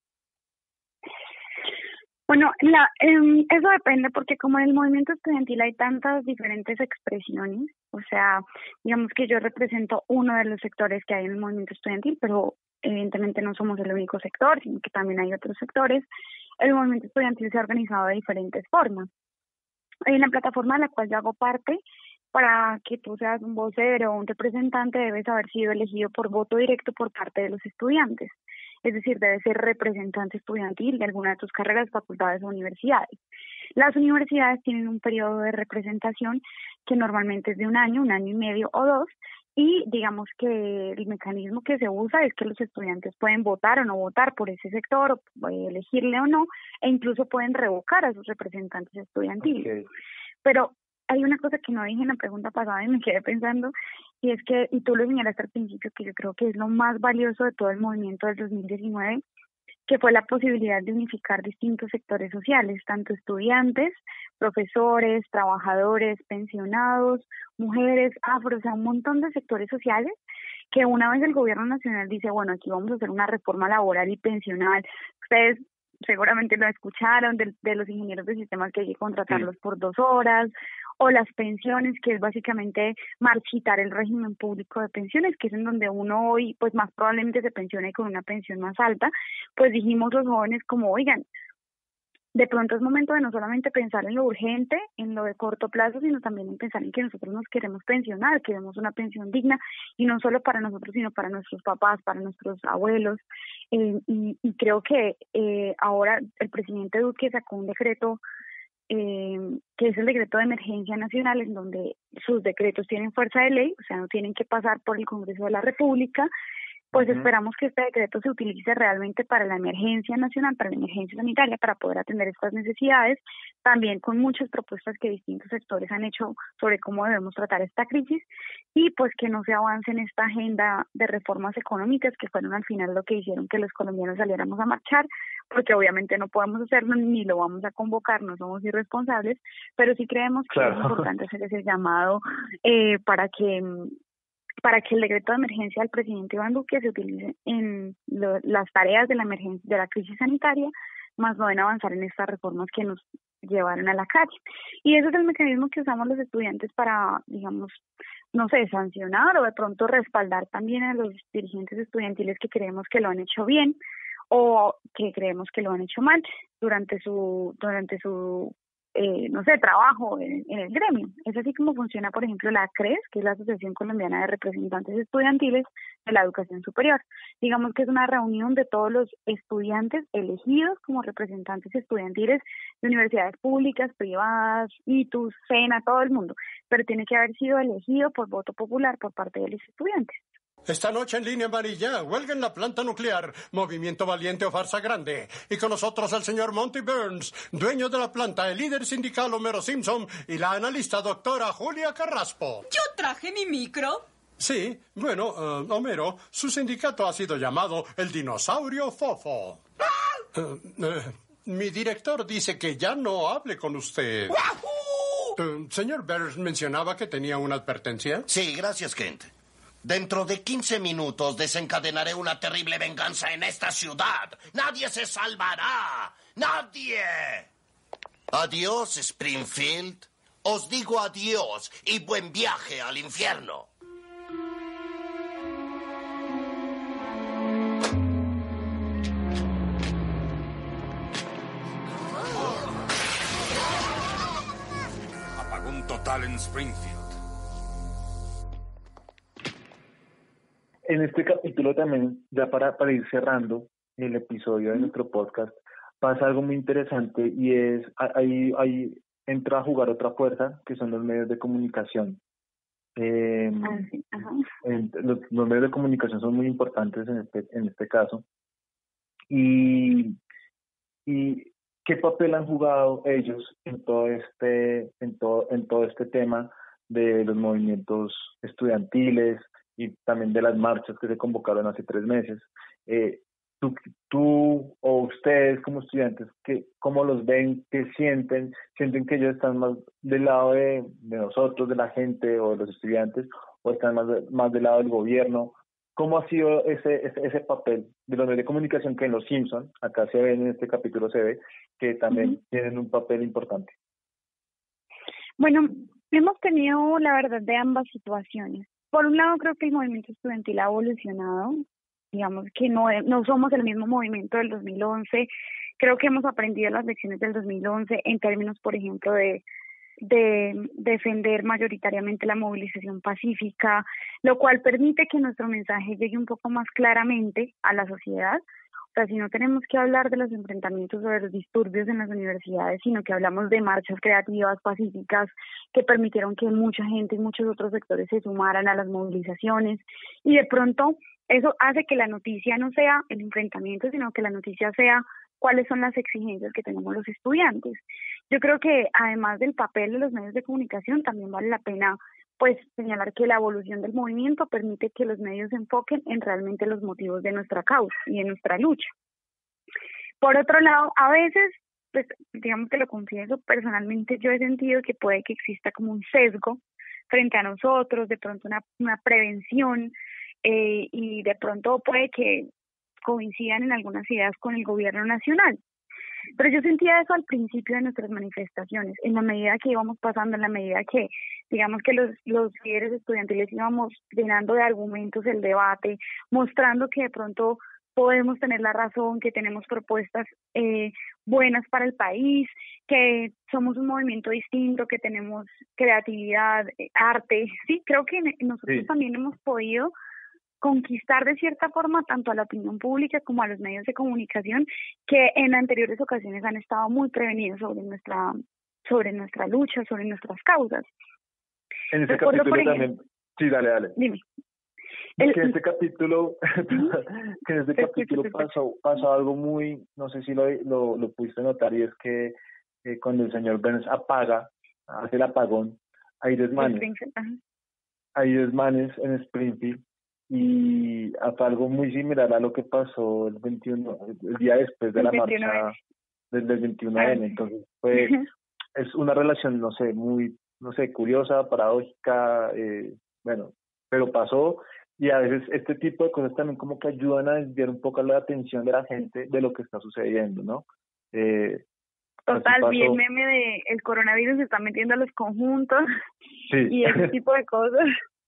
Bueno, la, eh, eso depende porque como en el movimiento estudiantil hay tantas diferentes expresiones, o sea, digamos que yo represento uno de los sectores que hay en el movimiento estudiantil, pero evidentemente no somos el único sector, sino que también hay otros sectores. El movimiento estudiantil se ha organizado de diferentes formas. En la plataforma de la cual yo hago parte, para que tú seas un vocero o un representante, debes haber sido elegido por voto directo por parte de los estudiantes. Es decir, debes ser representante estudiantil de alguna de tus carreras, facultades o universidades. Las universidades tienen un periodo de representación que normalmente es de un año, un año y medio o dos, y digamos que el mecanismo que se usa es que los estudiantes pueden votar o no votar por ese sector, o elegirle o no, e incluso pueden revocar a sus representantes estudiantiles. Okay. Pero hay una cosa que no dije en la pregunta pasada y me quedé pensando, y es que, y tú lo señalaste al principio, que yo creo que es lo más valioso de todo el movimiento del dos mil diecinueve, que fue la posibilidad de unificar distintos sectores sociales, tanto estudiantes, profesores, trabajadores, pensionados, mujeres, afro, o sea, un montón de sectores sociales que una vez el gobierno nacional dice, bueno, aquí vamos a hacer una reforma laboral y pensional, ustedes seguramente lo escucharon, de, de los ingenieros de sistemas que hay que contratarlos sí. por dos horas, o las pensiones, que es básicamente marchitar el régimen público de pensiones, que es en donde uno hoy, pues más probablemente se pensione con una pensión más alta, pues dijimos los jóvenes como, oigan, de pronto es momento de no solamente pensar en lo urgente, en lo de corto plazo, sino también en pensar en que nosotros nos queremos pensionar, queremos una pensión digna, y no solo para nosotros, sino para nuestros papás, para nuestros abuelos. Eh, y, y creo que eh, ahora el presidente Duque sacó un decreto, eh, que es el decreto de emergencia nacional, en donde sus decretos tienen fuerza de ley, o sea, no tienen que pasar por el Congreso de la República. Pues uh-huh. esperamos que este decreto se utilice realmente para la emergencia nacional, para la emergencia sanitaria, para poder atender estas necesidades, también con muchas propuestas que distintos sectores han hecho sobre cómo debemos tratar esta crisis, y pues que no se avance en esta agenda de reformas económicas que fueron al final lo que hicieron que los colombianos saliéramos a marchar, porque obviamente no podemos hacerlo ni lo vamos a convocar, no somos irresponsables, pero sí creemos que claro. es importante hacer ese llamado eh, para que para que el decreto de emergencia del presidente Iván Duque se utilice en lo, las tareas de la emergencia, de la crisis sanitaria, más no en avanzar en estas reformas que nos llevaron a la calle. Y ese es el mecanismo que usamos los estudiantes para, digamos, no sé, sancionar o de pronto respaldar también a los dirigentes estudiantiles que creemos que lo han hecho bien o que creemos que lo han hecho mal durante su durante su Eh, no sé, trabajo en, en el gremio. Es así como funciona, por ejemplo, la CRES, que es la Asociación Colombiana de Representantes Estudiantiles de la Educación Superior. Digamos que es una reunión de todos los estudiantes elegidos como representantes estudiantiles de universidades públicas, privadas, I T U S, SENA, todo el mundo, pero tiene que haber sido elegido por voto popular por parte de los estudiantes. Esta noche en Línea Amarilla, huelga en la planta nuclear, movimiento valiente o farsa grande. Y con nosotros el señor Monty Burns, dueño de la planta, el líder sindical Homero Simpson y la analista doctora Julia Carraspo. ¿Yo traje mi micro? Sí, bueno, uh, Homero, su sindicato ha sido llamado el dinosaurio fofo. Uh, uh, mi director dice que ya no hable con usted. Uh, señor Burns mencionaba que tenía una advertencia. Sí, gracias, Kent. Dentro de quince minutos desencadenaré una terrible venganza en esta ciudad. Nadie se salvará. ¡Nadie! Adiós, Springfield. Os digo adiós y buen viaje al infierno. Apagón total en Springfield. En este capítulo también, ya para, para ir cerrando el episodio de nuestro podcast, pasa algo muy interesante y es, ahí, ahí entra a jugar otra fuerza, que son los medios de comunicación. Eh, ah, sí. Ajá. En, los, los medios de comunicación son muy importantes en este, en este caso. Y, y ¿qué papel han jugado ellos en todo este, en todo, en todo este tema de los movimientos estudiantiles y también de las marchas que se convocaron hace tres meses? Eh, tú, tú o ustedes como estudiantes, ¿qué, ¿cómo los ven? ¿Qué sienten? ¿Sienten que ellos están más del lado de, de nosotros, de la gente o de los estudiantes, o están más, de, más del lado del gobierno? ¿Cómo ha sido ese, ese, ese papel de los medios de comunicación que en Los Simpson, acá se ve, en este capítulo se ve, que también uh-huh. tienen un papel importante? Bueno, hemos tenido la verdad de ambas situaciones. Por un lado, creo que el movimiento estudiantil ha evolucionado, digamos que no, no somos el mismo movimiento del dos mil once, creo que hemos aprendido las lecciones del dos mil once en términos, por ejemplo, de, de defender mayoritariamente la movilización pacífica, lo cual permite que nuestro mensaje llegue un poco más claramente a la sociedad. O sea, si no tenemos que hablar de los enfrentamientos o de los disturbios en las universidades, sino que hablamos de marchas creativas, pacíficas, que permitieron que mucha gente y muchos otros sectores se sumaran a las movilizaciones. Y de pronto eso hace que la noticia no sea el enfrentamiento, sino que la noticia sea cuáles son las exigencias que tenemos los estudiantes. Yo creo que además del papel de los medios de comunicación, también vale la pena pues señalar que la evolución del movimiento permite que los medios se enfoquen en realmente los motivos de nuestra causa y de nuestra lucha. Por otro lado, a veces, pues digamos que lo confieso, personalmente yo he sentido que puede que exista como un sesgo frente a nosotros, de pronto una, una prevención eh, y de pronto puede que coincidan en algunas ideas con el gobierno nacional. Pero yo sentía eso al principio de nuestras manifestaciones, en la medida que íbamos pasando, en la medida que, digamos que los, los líderes estudiantiles íbamos llenando de argumentos el debate, mostrando que de pronto podemos tener la razón, que tenemos propuestas eh, buenas para el país, que somos un movimiento distinto, que tenemos creatividad, eh, arte. Sí, creo que nosotros sí. también hemos podido conquistar de cierta forma tanto a la opinión pública como a los medios de comunicación que en anteriores ocasiones han estado muy prevenidos sobre nuestra sobre nuestra lucha, sobre nuestras causas. En ese Recuerdo, capítulo ejemplo, también, sí, dale, dale. Dime. El, que en este capítulo, que en este capítulo pasó, pasó algo muy, no sé si lo, lo, lo pudiste notar, y es que eh, cuando el señor Burns apaga, hace el apagón, hay desmanes. Hay desmanes en Springfield. Y hasta algo muy similar a lo que pasó el veintiuno, el día después de la marcha del, del veintiuno ene. Entonces fue, es una relación, no sé, muy, no sé, curiosa, paradójica, eh, bueno, pero pasó, y a veces este tipo de cosas también como que ayudan a desviar un poco la atención de la gente de lo que está sucediendo, ¿no? Eh, Total, vi el meme de el coronavirus se está metiendo a los conjuntos sí. y ese tipo de cosas.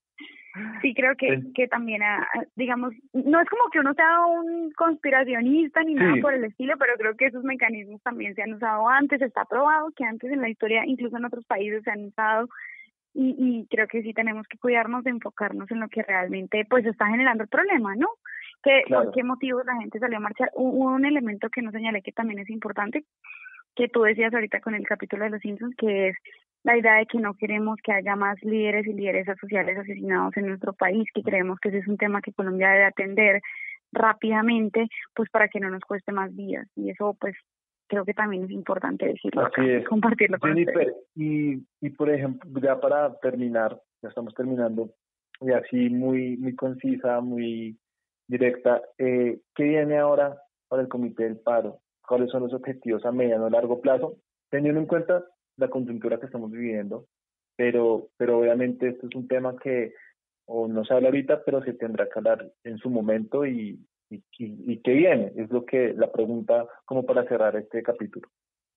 Sí, creo que, que también, digamos, no es como que uno sea un conspiracionista ni sí. nada por el estilo, pero creo que esos mecanismos también se han usado antes, está probado que antes en la historia, incluso en otros países se han usado, y, y creo que sí tenemos que cuidarnos de enfocarnos en lo que realmente pues está generando el problema, ¿no? Que, claro. ¿Por qué motivos la gente salió a marchar? Hubo un elemento que no señalé que también es importante, que tú decías ahorita con el capítulo de Los Simpsons, que es la idea de que no queremos que haya más líderes y lideresas sociales asesinados en nuestro país, que creemos que ese es un tema que Colombia debe atender rápidamente, pues para que no nos cueste más vidas. Y eso, pues, creo que también es importante decirlo, Así acá, es. compartirlo con Jennifer, ustedes. Y, y, por ejemplo, ya para terminar, ya estamos terminando, y así muy, muy concisa, muy directa, eh, ¿qué viene ahora para el Comité del Paro? ¿Cuáles son los objetivos a mediano y largo plazo? Teniendo en cuenta la coyuntura que estamos viviendo, pero pero obviamente esto es un tema que o no se habla ahorita, pero se tendrá que hablar en su momento y, y, y, y ¿qué viene? Es lo que la pregunta como para cerrar este capítulo.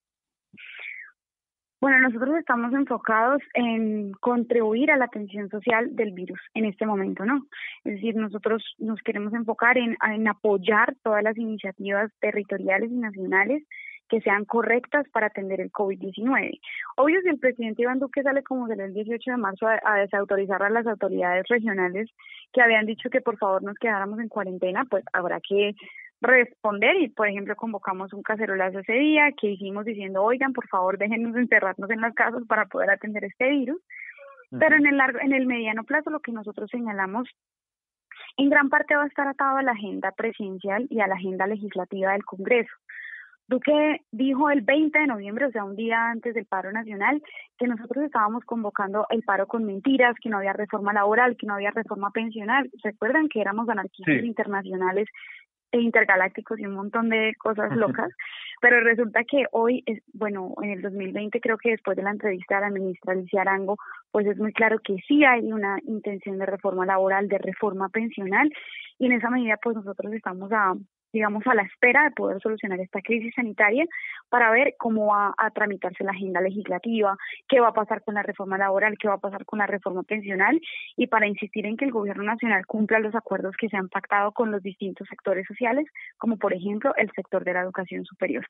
Bueno, nosotros estamos enfocados en contribuir a la atención social del virus en este momento, ¿no? Es decir, nosotros nos queremos enfocar en, en apoyar todas las iniciativas territoriales y nacionales que sean correctas para atender el COVID diecinueve. Obvio, si el presidente Iván Duque sale como del el dieciocho de marzo a, a desautorizar a las autoridades regionales que habían dicho que por favor nos quedáramos en cuarentena, pues habrá que responder y, por ejemplo, convocamos un cacerolazo ese día que hicimos diciendo, oigan, por favor, déjennos encerrarnos en las casas para poder atender este virus. Uh-huh. Pero en el largo, en el mediano plazo, lo que nosotros señalamos en gran parte va a estar atado a la agenda presidencial y a la agenda legislativa del Congreso. Duque dijo el veinte de noviembre, o sea, un día antes del paro nacional, que nosotros estábamos convocando el paro con mentiras, que no había reforma laboral, que no había reforma pensional. ¿Recuerdan que éramos anarquistas sí. internacionales e intergalácticos y un montón de cosas locas? Pero resulta que hoy, es bueno, en el dos mil veinte, creo que después de la entrevista a la ministra Alicia Arango, pues es muy claro que sí hay una intención de reforma laboral, de reforma pensional, y en esa medida pues nosotros estamos a... digamos, a la espera de poder solucionar esta crisis sanitaria para ver cómo va a tramitarse la agenda legislativa, qué va a pasar con la reforma laboral, qué va a pasar con la reforma pensional, y para insistir en que el gobierno nacional cumpla los acuerdos que se han pactado con los distintos sectores sociales, como por ejemplo el sector de la educación superior.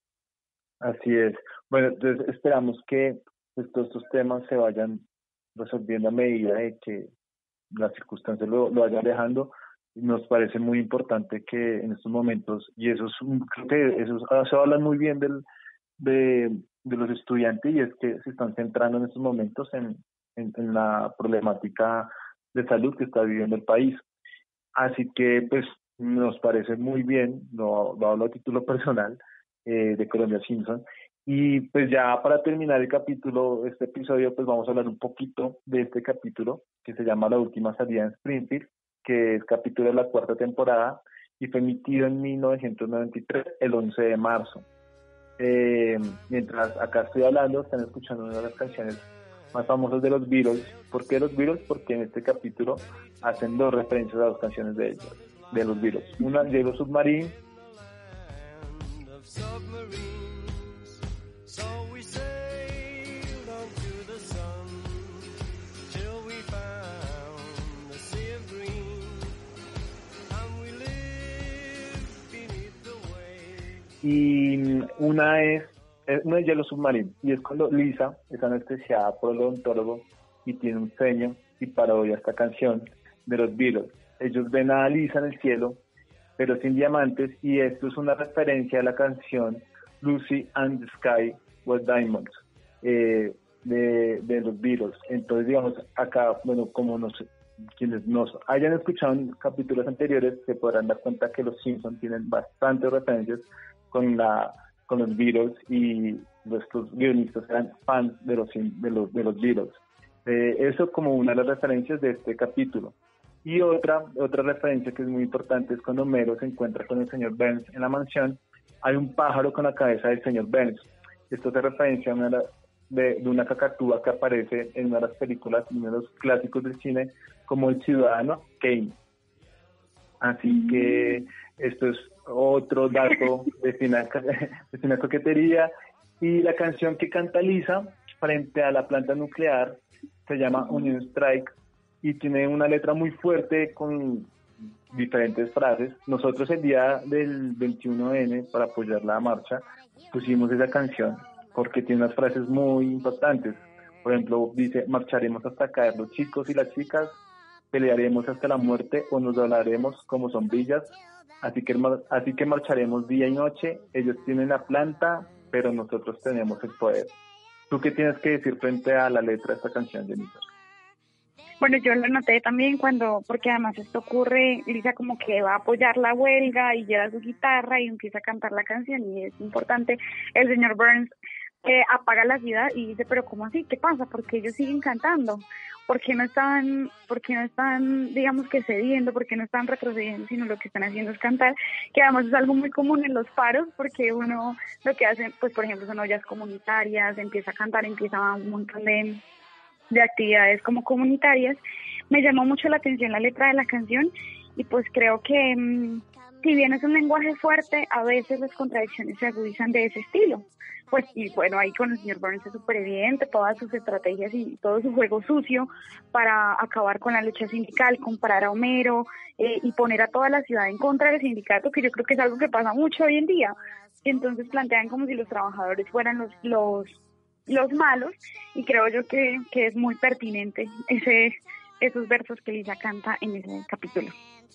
Así es. Bueno, entonces esperamos que pues, todos estos temas se vayan resolviendo a medida de que las circunstancias lo, lo vayan dejando. Nos parece muy importante que en estos momentos, y eso es un, creo que eso es, se habla muy bien del, de, de los estudiantes, y es que se están centrando en estos momentos en, en, en la problemática de salud que está viviendo el país. Así que pues nos parece muy bien, lo, lo hablo a título personal, eh, de Colombia Simpson. Y pues ya para terminar el capítulo, este episodio, pues vamos a hablar un poquito de este capítulo que se llama La Última Salida en Springfield, que es capítulo de la cuarta temporada y fue emitido en mil novecientos noventa y tres, el once de marzo. Eh, mientras acá estoy hablando, están escuchando una de las canciones más famosos de los Beatles. ¿Por qué los Beatles? Porque en este capítulo hacen dos referencias a dos canciones de ellos, de los Beatles. Una, Yellow Submarine. Y una es, una es Yellow Submarine, y es cuando Lisa es anestesiada por el odontólogo y tiene un sueño y parodia esta canción de los Beatles. Ellos ven a Lisa en el cielo, pero sin diamantes, y esto es una referencia a la canción Lucy and the Sky with Diamonds, eh, de, de los Beatles. Entonces, digamos, acá, bueno, como nos, quienes nos hayan escuchado en capítulos anteriores, se podrán dar cuenta que los Simpsons tienen bastantes referencias con la con los Beatles, y nuestros guionistas eran fans de los de los, de los Beatles. Eh, eso como una de las referencias de este capítulo. Y otra otra referencia que es muy importante es cuando Homero se encuentra con el señor Burns en la mansión. Hay un pájaro con la cabeza del señor Burns. Esto se referencia a una de, de una cacatúa que aparece en una de las películas, en uno de los clásicos del cine, como El Ciudadano Kane. Así mm. que esto es otro dato de fina, de fina coquetería. Y la canción que canta Lisa frente a la planta nuclear se llama Union Strike y tiene una letra muy fuerte con diferentes frases. Nosotros el día del veintiuno ene, para apoyar la marcha, pusimos esa canción porque tiene unas frases muy importantes. Por ejemplo, dice: marcharemos hasta caer los chicos y las chicas, pelearemos hasta la muerte o nos doblaremos como zombillas. Así que, así que marcharemos día y noche. Ellos tienen la planta, pero nosotros tenemos el poder. ¿Tú qué tienes que decir frente a la letra de esta canción, Jennifer? Bueno, yo lo noté también cuando, porque además esto ocurre, Lisa como que va a apoyar la huelga y lleva su guitarra y empieza a cantar la canción, y es importante. El señor Burns eh, apaga la ciudad y dice: pero ¿cómo así? ¿Qué pasa? ¿Por qué ellos siguen cantando? ¿Por qué no están, por qué no están, digamos que cediendo? ¿Por qué no están retrocediendo? Sino lo que están haciendo es cantar, que además es algo muy común en los paros, porque uno lo que hace, pues por ejemplo, son ollas comunitarias, empieza a cantar, empieza un montón de, de actividades como comunitarias. Me llamó mucho la atención la letra de la canción, y pues creo que mmm, si bien es un lenguaje fuerte, a veces las contradicciones se agudizan de ese estilo. Pues, y bueno, ahí con el señor Burns es súper evidente todas sus estrategias y todo su juego sucio para acabar con la lucha sindical, comparar a Homero eh, y poner a toda la ciudad en contra del sindicato, que yo creo que es algo que pasa mucho hoy en día. Y entonces plantean como si los trabajadores fueran los los los malos, y creo yo que, que es muy pertinente ese esos versos que Lisa canta en ese capítulo.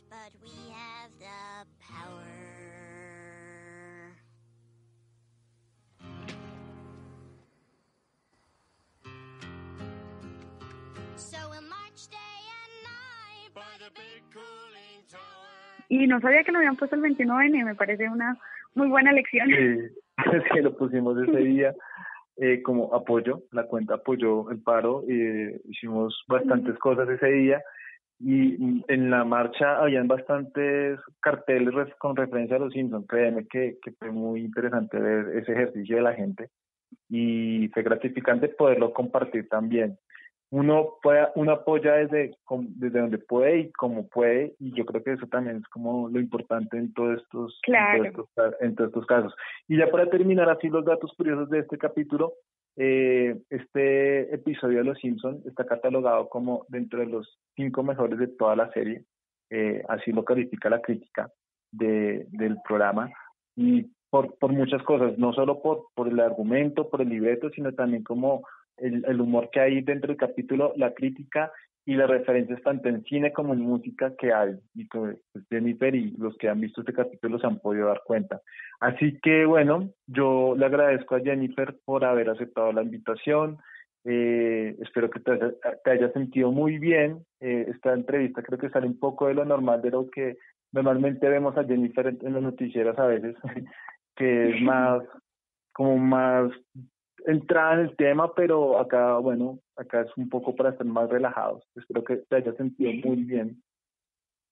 Y no sabía que lo habían puesto el veintiuno ene, me parece una muy buena elección. Sí, es que lo pusimos ese día eh, como apoyo, la cuenta apoyó el paro, eh, hicimos bastantes mm. cosas ese día, y en la marcha habían bastantes carteles con referencia a los Simpsons. Créeme que, que fue muy interesante ver ese ejercicio de la gente, y fue gratificante poderlo compartir también. Uno puede, uno apoya desde, desde donde puede y como puede, y yo creo que eso también es como lo importante en todos estos, claro. en todos estos, en todos estos casos. Y ya para terminar así los datos curiosos de este capítulo, eh, este episodio de Los Simpsons está catalogado como dentro de los cinco mejores de toda la serie, eh, así lo califica la crítica de, del programa, y por, por muchas cosas, no solo por, por el argumento, por el libreto, sino también como El, el humor que hay dentro del capítulo, la crítica y las referencias tanto en cine como en música que hay, y que pues, Jennifer y los que han visto este capítulo se han podido dar cuenta. Así que bueno, yo le agradezco a Jennifer por haber aceptado la invitación. Eh, espero que te, haya, te hayas sentido muy bien. Eh, esta entrevista creo que sale un poco de lo normal, de lo que normalmente vemos a Jennifer en, en los noticieros a veces, que es más, como más entrada en el tema, pero acá, bueno, acá es un poco para estar más relajados. Espero que te hayas sentido muy bien.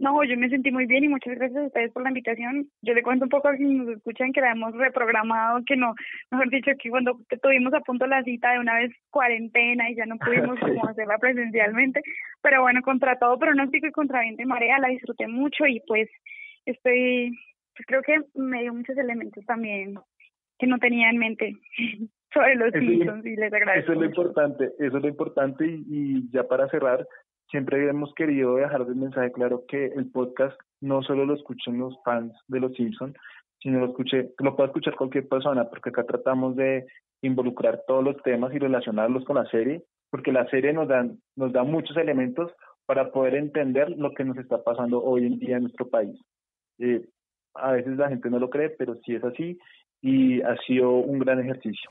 No, yo me sentí muy bien y muchas gracias a ustedes por la invitación. Yo le cuento un poco a quienes nos escuchan que la hemos reprogramado, que no, mejor dicho, que cuando tuvimos a punto la cita de una vez cuarentena y ya no pudimos como hacerla presencialmente, pero bueno, contra todo pronóstico y contra viento y marea la disfruté mucho y pues estoy, pues creo que me dio muchos elementos también que no tenía en mente sobre los Simpsons y les agradezco. Eso es lo mucho. importante, eso es lo importante y, y ya para cerrar, siempre hemos querido dejar el mensaje claro que el podcast no solo lo escuchen los fans de los Simpsons, sino lo escuche, lo puede escuchar cualquier persona, porque acá tratamos de involucrar todos los temas y relacionarlos con la serie, porque la serie nos da, nos da muchos elementos para poder entender lo que nos está pasando hoy en día en nuestro país. Eh, a veces la gente no lo cree, pero sí es así y ha sido un gran ejercicio.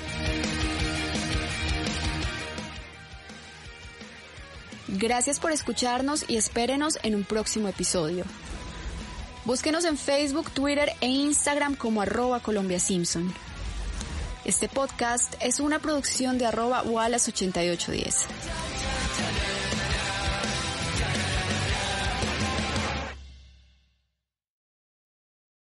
Gracias por escucharnos y espérenos en un próximo episodio. Búsquenos en Facebook, Twitter e Instagram como arroba Colombia Simpson. Este podcast es una producción de arroba Wallace ochenta y ocho diez.